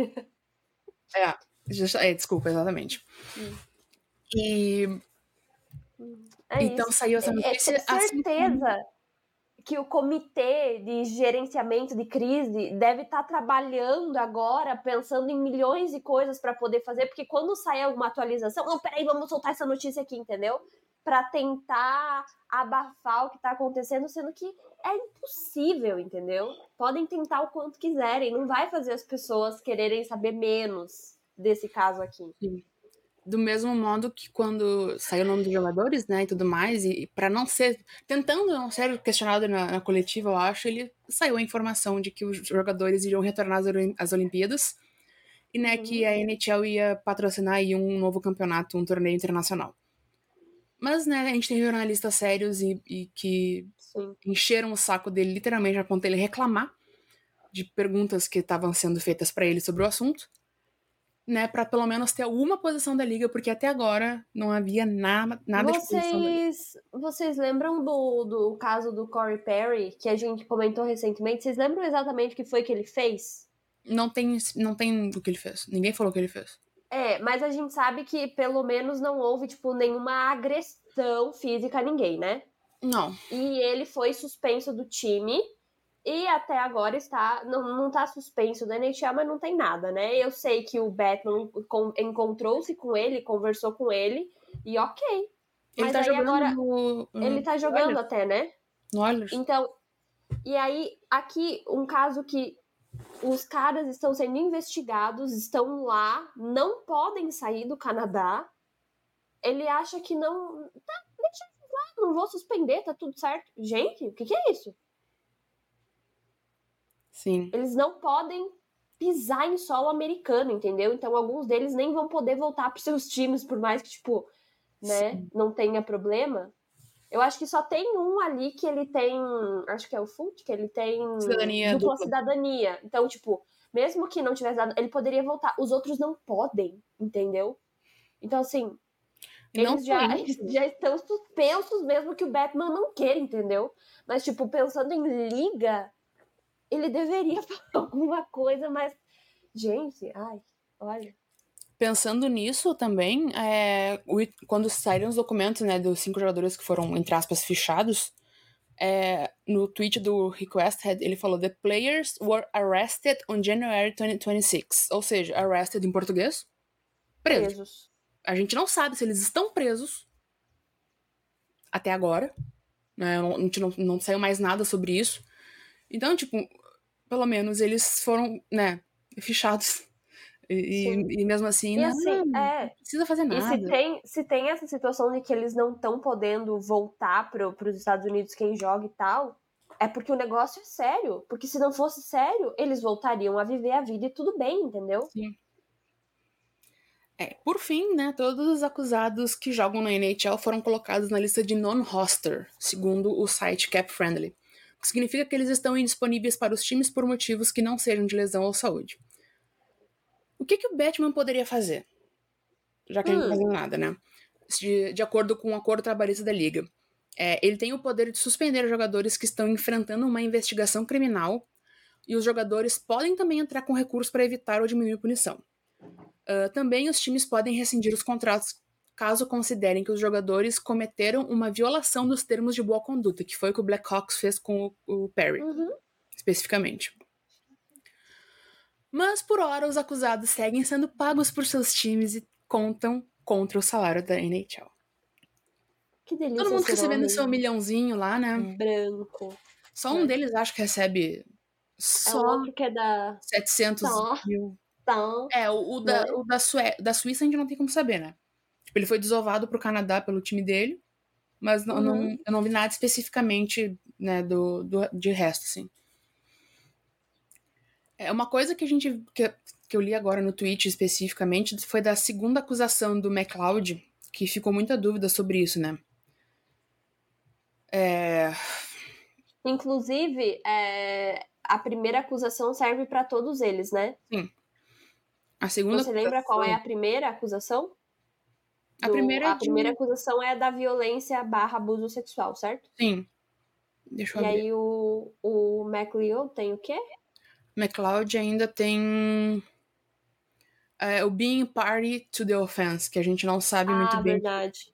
Desculpa, exatamente. E... então isso. saiu essa notícia... Tenho certeza que o comitê de gerenciamento de crise deve estar trabalhando agora, pensando em milhões de coisas para poder fazer, porque quando sai alguma atualização, peraí, vamos soltar essa notícia aqui, entendeu? Para tentar abafar o que está acontecendo, sendo que é impossível, entendeu? Podem tentar o quanto quiserem, não vai fazer as pessoas quererem saber menos desse caso aqui. Sim. Do mesmo modo que quando saiu o nome dos jogadores, né, e tudo mais, e para não ser, tentando não ser questionado na coletiva, eu acho, ele saiu a informação de que os jogadores iriam retornar às Olimpíadas e, né, que a NHL ia patrocinar aí um novo campeonato, um torneio internacional. Mas, né, a gente tem jornalistas sérios e que encheram o saco dele literalmente a ponto dele reclamar de perguntas que estavam sendo feitas para ele sobre o assunto, né, para pelo menos ter alguma posição da liga, porque até agora não havia nada de posição da liga. Vocês lembram do caso do Corey Perry, que a gente comentou recentemente? Vocês lembram exatamente o que foi que ele fez? Não tem o que ele fez. Ninguém falou o que ele fez. Mas a gente sabe que pelo menos não houve, tipo, nenhuma agressão física a ninguém, né? Não. E ele foi suspenso do time e até agora não tá suspenso da NHL, mas não tem nada, né? Eu sei que o Batman encontrou-se com ele, conversou com ele e ok. Ele mas tá aí jogando agora ele tá jogando até, né? No Oilers. Então, e aí aqui um caso que os caras estão sendo investigados, estão lá, não podem sair do Canadá. Ele acha que não... Tá, deixa eles lá, não vou suspender, tá tudo certo. Gente, o que é isso? Sim. Eles não podem pisar em solo americano, entendeu? Então, alguns deles nem vão poder voltar pros seus times, por mais que, tipo, né, não tenha problema. Eu acho que só tem um ali que ele tem... Acho que é o Foot, que ele tem dupla cidadania. Então, tipo, mesmo que não tivesse dado... Ele poderia voltar. Os outros não podem, entendeu? Então, assim... Eles já estão suspensos, mesmo que o Batman não queira, entendeu? Mas, tipo, pensando em liga, ele deveria falar alguma coisa, mas... Gente, olha... Pensando nisso também, quando saíram os documentos, né, dos 5 jogadores que foram, entre aspas, fichados, no tweet do Requesthead, ele falou: The players were arrested on January 2026. Ou seja, arrested em português, presos. A gente não sabe se eles estão presos até agora. Né? A gente não saiu mais nada sobre isso. Então, tipo, pelo menos eles foram, né, fichados. E mesmo assim, e assim, não precisa fazer nada. E se tem essa situação de que eles não estão podendo voltar para os Estados Unidos, quem joga e tal, é porque o negócio é sério. Porque se não fosse sério, eles voltariam a viver a vida e tudo bem, entendeu? Sim. Por fim, né, todos os acusados que jogam na NHL foram colocados na lista de non-roster, segundo o site Cap Friendly. O que significa que eles estão indisponíveis para os times por motivos que não sejam de lesão ou saúde. O que o Batman poderia fazer? Já que ele não tá fazendo nada, né? De acordo com o acordo trabalhista da Liga. Ele tem o poder de suspender jogadores que estão enfrentando uma investigação criminal e os jogadores podem também entrar com recursos para evitar ou diminuir a punição. Também os times podem rescindir os contratos caso considerem que os jogadores cometeram uma violação dos termos de boa conduta, que foi o que o Blackhawks fez com o Perry, especificamente. Mas, por hora, os acusados seguem sendo pagos por seus times e contam contra o salário da NHL. Que delícia. Todo mundo recebendo seu milhãozinho lá, né? Branco. Só um deles acho que recebe só o outro que é da 700 mil. O da Suíça a gente não tem como saber, né? Tipo, ele foi desovado pro Canadá pelo time dele, mas eu não vi nada especificamente, né, de resto, assim. Uma coisa que que eu li agora no tweet especificamente foi da segunda acusação do McLeod, que ficou muita dúvida sobre isso, né? Inclusive, a primeira acusação serve para todos eles, né? Sim. A segunda Você lembra qual é a primeira acusação? A primeira acusação é da violência / abuso sexual, certo? Sim. Deixa eu abrir. E aí o McLeod tem o quê? McLeod ainda tem o being party to the offense, que a gente não sabe muito bem. Verdade.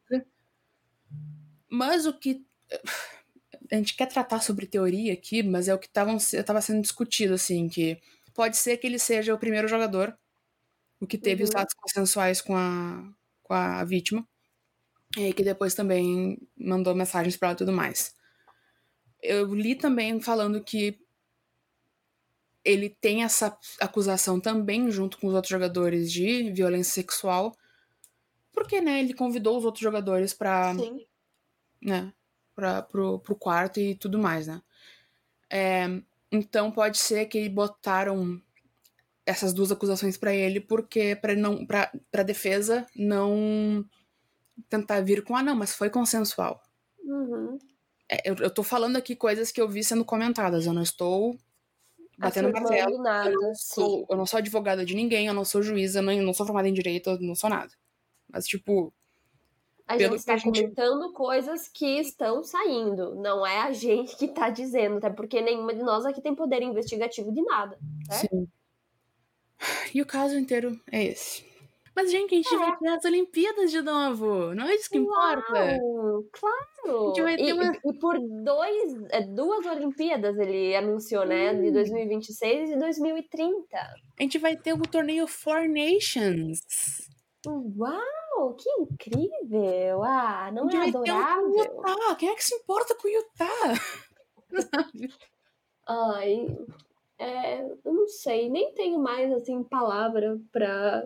Mas o que... A gente quer tratar sobre teoria aqui, mas é o que estava sendo discutido, assim, que pode ser que ele seja o primeiro jogador, o que teve os atos consensuais com a vítima, e que depois também mandou mensagens para ela e tudo mais. Eu li também falando que ele tem essa acusação também junto com os outros jogadores de violência sexual, porque, né, ele convidou os outros jogadores para, né, pro quarto e tudo mais, né. Então pode ser que botaram essas duas acusações para ele porque pra defesa não tentar vir com não, mas foi consensual. Eu tô falando aqui coisas que eu vi sendo comentadas, eu não estou batendo martelo, nada, eu não sou advogada de ninguém, eu não sou juíza, eu não sou formada em direito, eu não sou nada. Mas, tipo... A gente está comentando coisas que estão saindo, não é a gente que tá dizendo, até porque nenhuma de nós aqui tem poder investigativo de nada, certo? Sim. E o caso inteiro é esse. Mas, gente, a gente vai ter as Olimpíadas de novo, não é isso que importa? Claro! E por duas Olimpíadas ele anunciou, né? De 2026 e 2030. A gente vai ter o torneio Four Nations. Uau, que incrível! Não é adorável? Ter o Utah. Quem é que se importa com o Utah? Eu não sei, nem tenho mais assim palavra para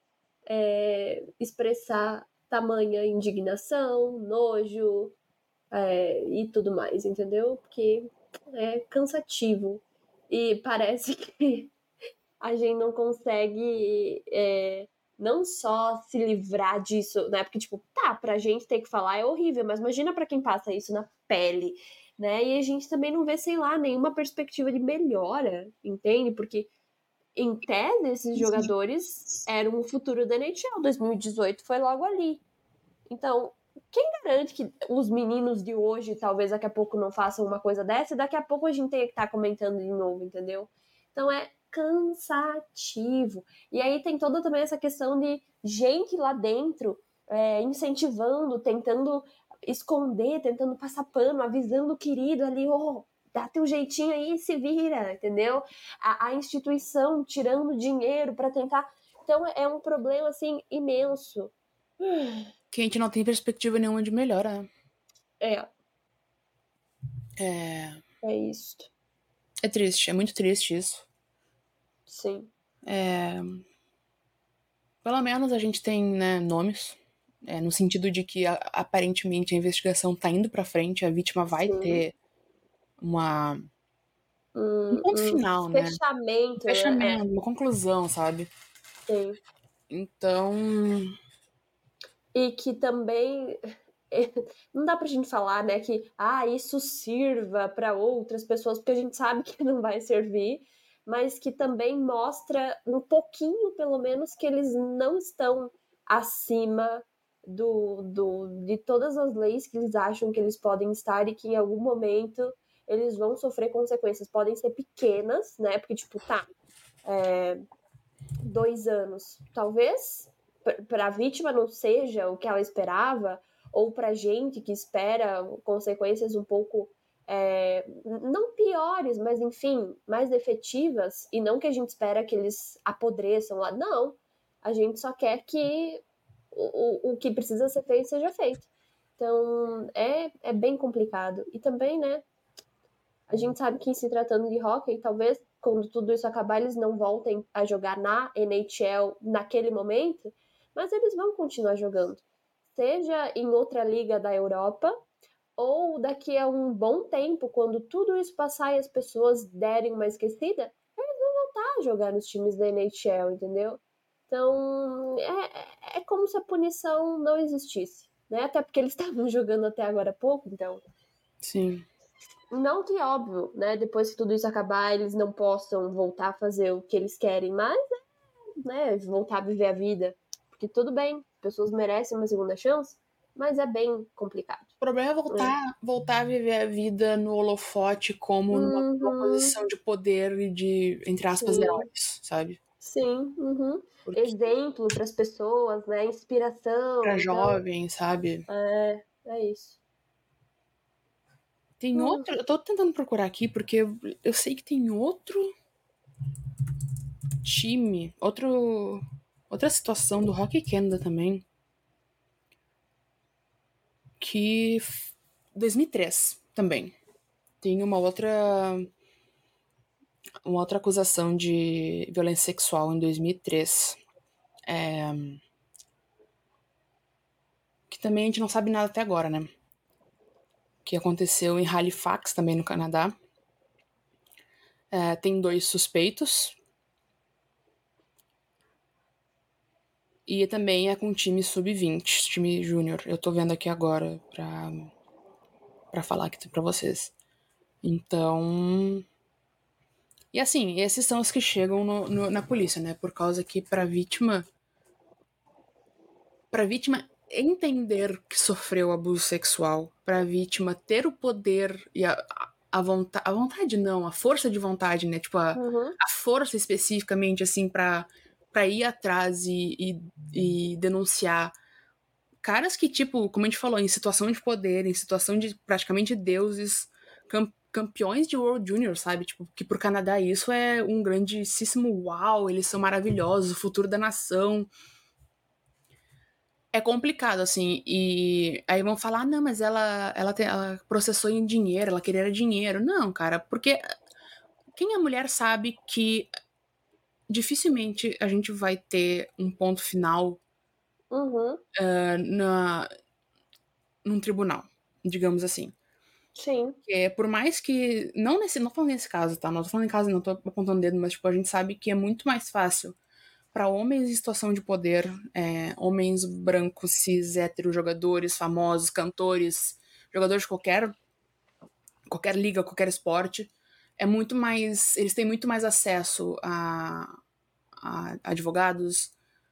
expressar tamanha indignação, nojo e tudo mais, entendeu? Porque é cansativo e parece que a gente não consegue não só se livrar disso, né? Porque, tipo, pra gente ter que falar é horrível, mas imagina pra quem passa isso na pele, né? E a gente também não vê, sei lá, nenhuma perspectiva de melhora, entende? Porque, em tese, esses jogadores eram o futuro da NHL. 2018 foi logo ali. Então, quem garante que os meninos de hoje talvez daqui a pouco não façam uma coisa dessa e daqui a pouco a gente tenha que estar comentando de novo, entendeu? Então é cansativo. E aí tem toda também essa questão de gente lá dentro incentivando, tentando esconder, tentando passar pano, avisando o querido ali, dá teu jeitinho aí e se vira, entendeu? A instituição tirando dinheiro para tentar. Então é um problema, assim, imenso. Que a gente não tem perspectiva nenhuma de melhora. É isso. É triste, é muito triste isso. Sim. Pelo menos a gente tem, né, nomes, no sentido de que aparentemente a investigação tá indo pra frente, a vítima vai ter um ponto final, né? Fechamento, Um né? fechamento, uma conclusão, sabe? Sim. Então... E que também não dá pra gente falar, né, que isso sirva para outras pessoas, porque a gente sabe que não vai servir, mas que também mostra um pouquinho, pelo menos, que eles não estão acima de todas as leis que eles acham que eles podem estar e que em algum momento eles vão sofrer consequências. Podem ser pequenas, né, porque, tipo, 2 anos, talvez para a vítima não seja o que ela esperava, ou para a gente que espera consequências um pouco não piores, mas enfim, mais efetivas, e não que a gente espera que eles apodreçam lá. Não, a gente só quer que o que precisa ser feito seja feito. Então é bem complicado. E também, né, a gente sabe que se tratando de hockey, talvez quando tudo isso acabar, eles não voltem a jogar na NHL naquele momento, mas eles vão continuar jogando. Seja em outra liga da Europa, ou daqui a um bom tempo, quando tudo isso passar e as pessoas derem uma esquecida, eles vão voltar a jogar nos times da NHL, entendeu? Então, é como se a punição não existisse, né? Até porque eles estavam jogando até agora há pouco, então... Sim. Não que, óbvio, né, depois que tudo isso acabar, eles não possam voltar a fazer o que eles querem, mas, né, voltar a viver a vida. Porque tudo bem, pessoas merecem uma segunda chance, mas é bem complicado. O problema é voltar a viver a vida no holofote como numa posição de poder e de, entre aspas, heróis, sabe? Sim, exemplo para as pessoas, né, inspiração. Pra então, jovens, sabe? É isso. Tem outro. Eu tô tentando procurar aqui porque eu sei que tem outro time, outra situação do Hockey Canada também. Que 2003 também. Tem uma outra acusação de violência sexual em 2003. Que também a gente não sabe nada até agora, né? Que aconteceu em Halifax, também no Canadá. Tem 2 suspeitos. E também é com time sub-20, time júnior. Eu tô vendo aqui agora pra falar aqui pra vocês. Então... E assim, esses são os que chegam na polícia, né? Por causa que pra vítima entender que sofreu abuso sexual, pra vítima ter o poder e a vontade não, a força de vontade, né? Tipo, a força especificamente, assim, pra ir atrás e denunciar caras que, tipo, como a gente falou, em situação de poder, em situação de praticamente deuses, campeões de World Junior, sabe? Tipo, que pro Canadá isso é um grandíssimo uau, eles são maravilhosos, o futuro da nação. É complicado, assim, e aí vão falar, não, mas ela processou em dinheiro, ela queria dinheiro. Não, cara, porque quem é mulher sabe que dificilmente a gente vai ter um ponto final num tribunal, digamos assim. Sim. Por mais que, não falando nesse caso, tá? Não tô falando em caso, não tô apontando o dedo, mas tipo, a gente sabe que é muito mais fácil para homens em situação de poder, homens brancos, cis, héteros, jogadores, famosos, cantores, jogadores de qualquer liga, qualquer esporte, é muito mais, eles têm muito mais acesso a advogados,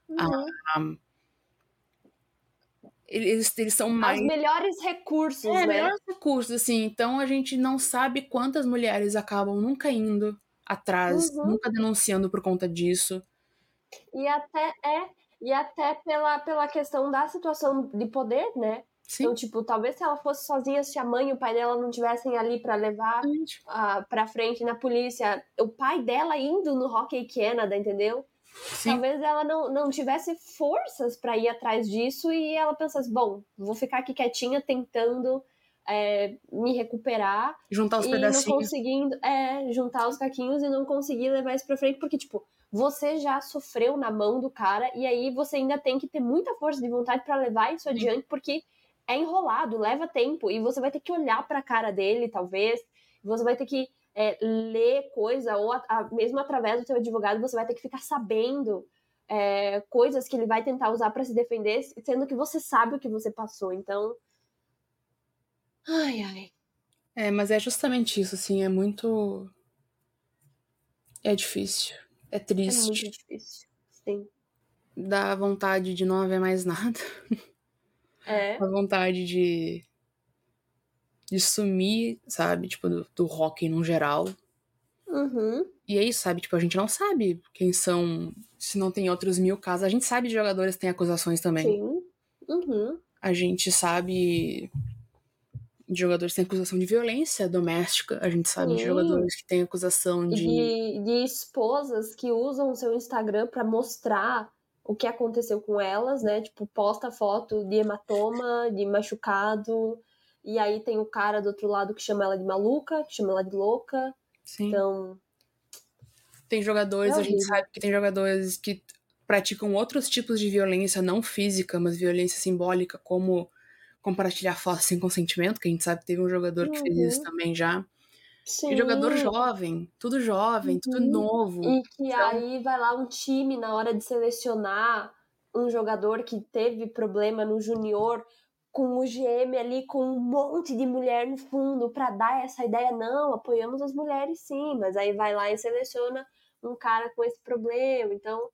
eles são mais... Os melhores recursos, né? Melhores recursos, assim. Então a gente não sabe quantas mulheres acabam nunca indo atrás, nunca denunciando por conta disso. E até pela questão da situação de poder, né? Sim. Então, tipo, talvez se ela fosse sozinha, se a mãe e o pai dela não estivessem ali pra levar pra frente na polícia, o pai dela indo no Hockey Canada, entendeu? Sim. Talvez ela não tivesse forças pra ir atrás disso e ela pensasse, bom, vou ficar aqui quietinha tentando me recuperar Juntar os e pedacinhos. não conseguindo juntar os caquinhos e não conseguir levar isso pra frente, porque, tipo, você já sofreu na mão do cara e aí você ainda tem que ter muita força de vontade pra levar isso adiante, porque é enrolado, leva tempo e você vai ter que olhar pra cara dele, talvez, você vai ter que ler coisa, ou mesmo através do seu advogado, você vai ter que ficar sabendo coisas que ele vai tentar usar pra se defender, sendo que você sabe o que você passou, então... Ai. Mas é justamente isso, assim, é muito... É difícil, é triste. É muito difícil, sim. Dá vontade de não haver mais nada. Dá vontade de sumir, sabe? Tipo, do hockey no geral. Uhum. E é isso, sabe? Tipo, a gente não sabe quem são, se não tem outros 1000 casos. A gente sabe de jogadores que têm acusações também. Sim. Uhum. A gente sabe de jogadores que têm acusação de violência doméstica. A gente sabe de jogadores que têm acusação de esposas que usam o seu Instagram pra mostrar o que aconteceu com elas, né? Tipo, posta foto de hematoma, de machucado. E aí tem o cara do outro lado que chama ela de maluca, que chama ela de louca. Sim. Então... Tem jogadores, a gente sabe que tem jogadores que praticam outros tipos de violência, não física, mas violência simbólica, como compartilhar fotos sem consentimento, que a gente sabe que teve um jogador que fez isso também já. Sim. E jogador jovem, tudo novo. E que aí vai lá um time na hora de selecionar um jogador que teve problema no junior, com o GM ali com um monte de mulher no fundo pra dar essa ideia, não, apoiamos as mulheres sim, mas aí vai lá e seleciona um cara com esse problema, então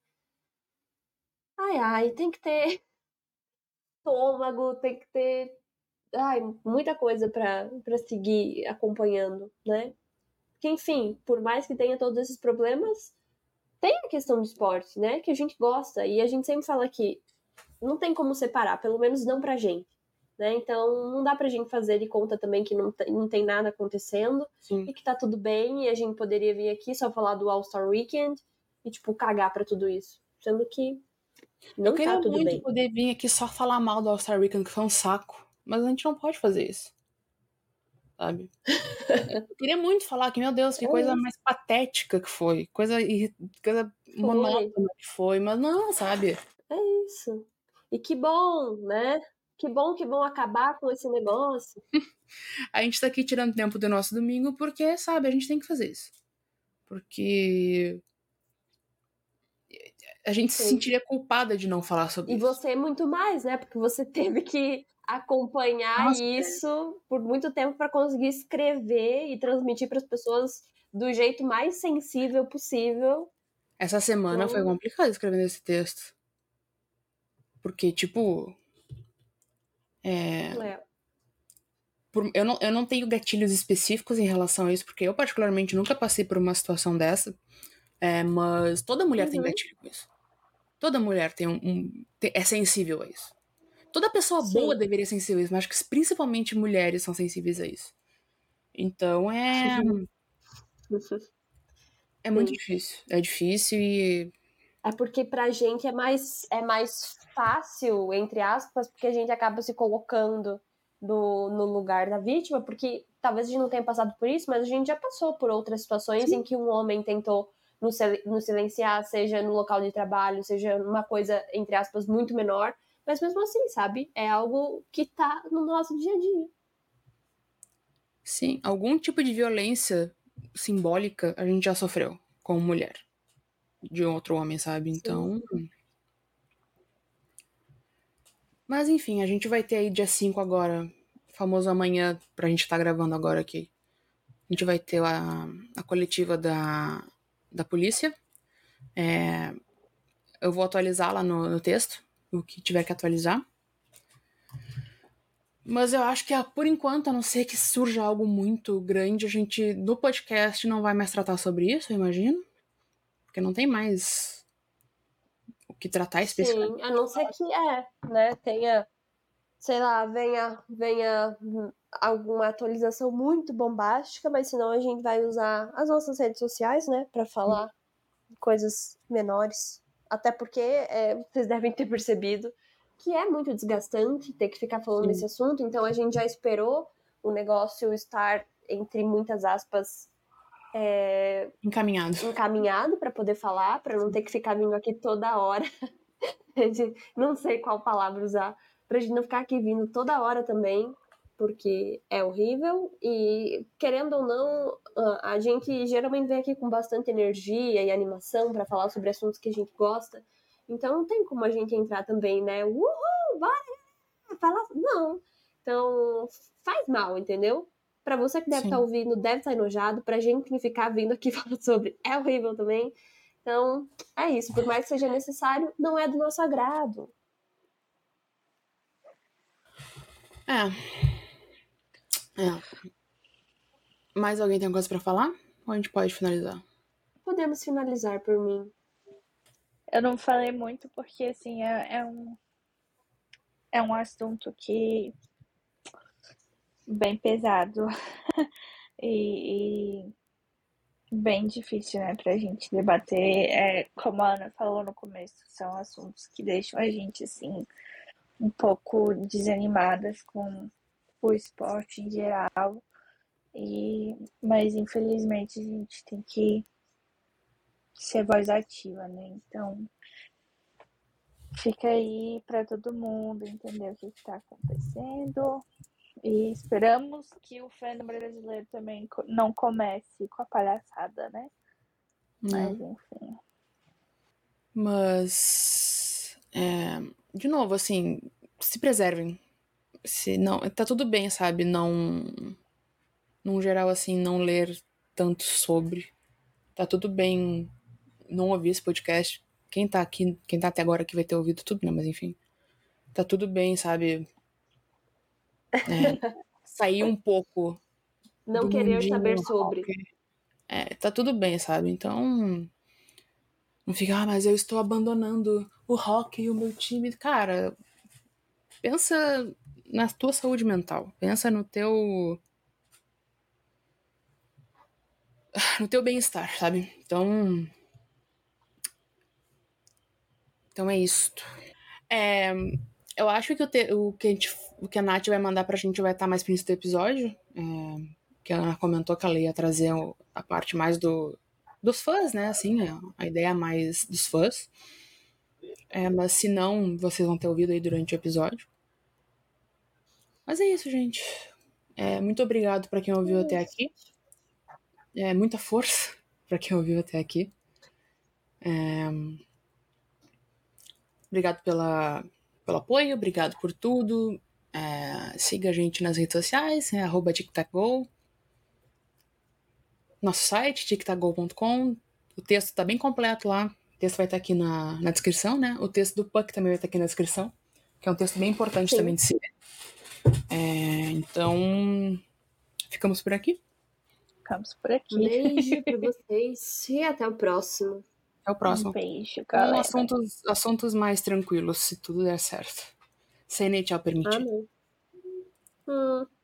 tem que ter estômago, tem que ter muita coisa pra seguir acompanhando, né? Porque, enfim, por mais que tenha todos esses problemas, tem a questão do esporte, né? Que a gente gosta. E a gente sempre fala que não tem como separar, pelo menos não pra gente. Né? Então, não dá pra gente fazer de conta também que não tem nada acontecendo. Sim. E que tá tudo bem. E a gente poderia vir aqui só falar do All-Star Weekend e, tipo, cagar pra tudo isso. Sendo que não tá tudo bem. Eu queria muito poder vir aqui só falar mal do All-Star Weekend, que foi um saco. Mas a gente não pode fazer isso. Sabe? Eu queria muito falar que, meu Deus, que coisa mais patética que foi. Coisa monótona que foi. Mas não, sabe? É isso. E que bom, né? Que bom que vão acabar com esse negócio. A gente tá aqui tirando tempo do nosso domingo porque, sabe, a gente tem que fazer isso. Porque a gente se sentiria culpada de não falar sobre isso. E você muito mais, né? Porque você teve que acompanhar isso por muito tempo para conseguir escrever e transmitir para as pessoas do jeito mais sensível possível. Essa semana foi complicado escrevendo esse texto. Porque, tipo... Eu não tenho gatilhos específicos em relação a isso, porque eu particularmente nunca passei por uma situação dessa. Mas toda mulher tem gatilho com isso. Toda mulher é sensível a isso. Toda pessoa boa deveria ser sensível a isso, mas acho que principalmente mulheres são sensíveis a isso. Então é muito difícil. É difícil e... É porque pra gente é mais fácil, entre aspas, porque a gente acaba se colocando no lugar da vítima, porque talvez a gente não tenha passado por isso, mas a gente já passou por outras situações em que um homem tentou nos silenciar, seja no local de trabalho, seja uma coisa, entre aspas, muito menor, mas mesmo assim, sabe? É algo que tá no nosso dia a dia. Sim, algum tipo de violência simbólica a gente já sofreu como mulher. De outro homem, sabe? Então... Mas enfim, a gente vai ter aí dia 5 agora, famoso amanhã, pra gente estar gravando agora aqui. A gente vai ter a coletiva da polícia. Eu vou atualizar lá no texto, o que tiver que atualizar. Mas eu acho que, por enquanto, a não ser que surja algo muito grande, a gente, no podcast, não vai mais tratar sobre isso, eu imagino. Porque não tem mais o que tratar especificamente. Sim, a não ser que, né, tenha sei lá, venha alguma atualização muito bombástica, mas senão a gente vai usar as nossas redes sociais, né, pra falar coisas menores. Até porque vocês devem ter percebido que é muito desgastante ter que ficar falando desse assunto, então a gente já esperou o negócio estar, entre muitas aspas, encaminhado para poder falar, para não ter que ficar vindo aqui toda hora. Não sei qual palavra usar, pra gente não ficar aqui vindo toda hora também, porque é horrível. E querendo ou não, a gente geralmente vem aqui com bastante energia e animação para falar sobre assuntos que a gente gosta. Então não tem como a gente entrar também, né? Uhul, bora falar. Não. Então faz mal, entendeu? Pra você que deve estar ouvindo, deve estar enojado. Pra gente que ficar vindo aqui falando sobre é horrível também. Então, é isso. Por mais que seja necessário, não é do nosso agrado. Mais alguém tem alguma coisa pra falar? Ou a gente pode finalizar? Podemos finalizar por mim. Eu não falei muito porque, assim, é um assunto que bem pesado e bem difícil, né, pra gente debater. Como a Ana falou no começo, são assuntos que deixam a gente, assim, um pouco desanimadas com o esporte em geral. Mas, infelizmente, a gente tem que ser voz ativa, né? Então, fica aí para todo mundo entender o que está acontecendo. E esperamos que o fandom brasileiro também não comece com a palhaçada, né? Mas, enfim. Mas, de novo, assim, se preservem. Se não, tá tudo bem, sabe? Não, num geral, assim, não ler tanto sobre. Tá tudo bem não ouvir esse podcast. Quem tá aqui, quem tá até agora aqui vai ter ouvido tudo, né? Mas enfim. Tá tudo bem, sabe? Sair um pouco Não do querer mundinho saber sobre. rocker. Tá tudo bem, sabe? Então, não fica, mas eu estou abandonando o rock e o meu time. Cara, pensa na tua saúde mental. Pensa no teu bem-estar, sabe? Então é isto. Eu acho que o que a Nath vai mandar pra gente vai estar mais pro início do episódio. Que a Ana comentou que ela ia trazer a parte mais dos fãs, né? Assim, a ideia mais dos fãs. Mas se não, vocês vão ter ouvido aí durante o episódio. Mas é isso, gente. Muito obrigado pra quem ouviu até aqui. Muita força pra quem ouviu até aqui. Obrigado pelo apoio, obrigado por tudo. Siga a gente nas redes sociais, @tictacgo. Nosso site, tictacgo.com. O texto tá bem completo lá. O texto vai estar aqui na descrição, né? O texto do Puck também vai estar aqui na descrição, que é um texto bem importante também de se ver. Então, ficamos por aqui. Ficamos por aqui. Um beijo pra vocês e até o próximo. Até o próximo. Um beijo, galera. Assuntos mais tranquilos, se tudo der certo. Se a NHL permitir. Amém.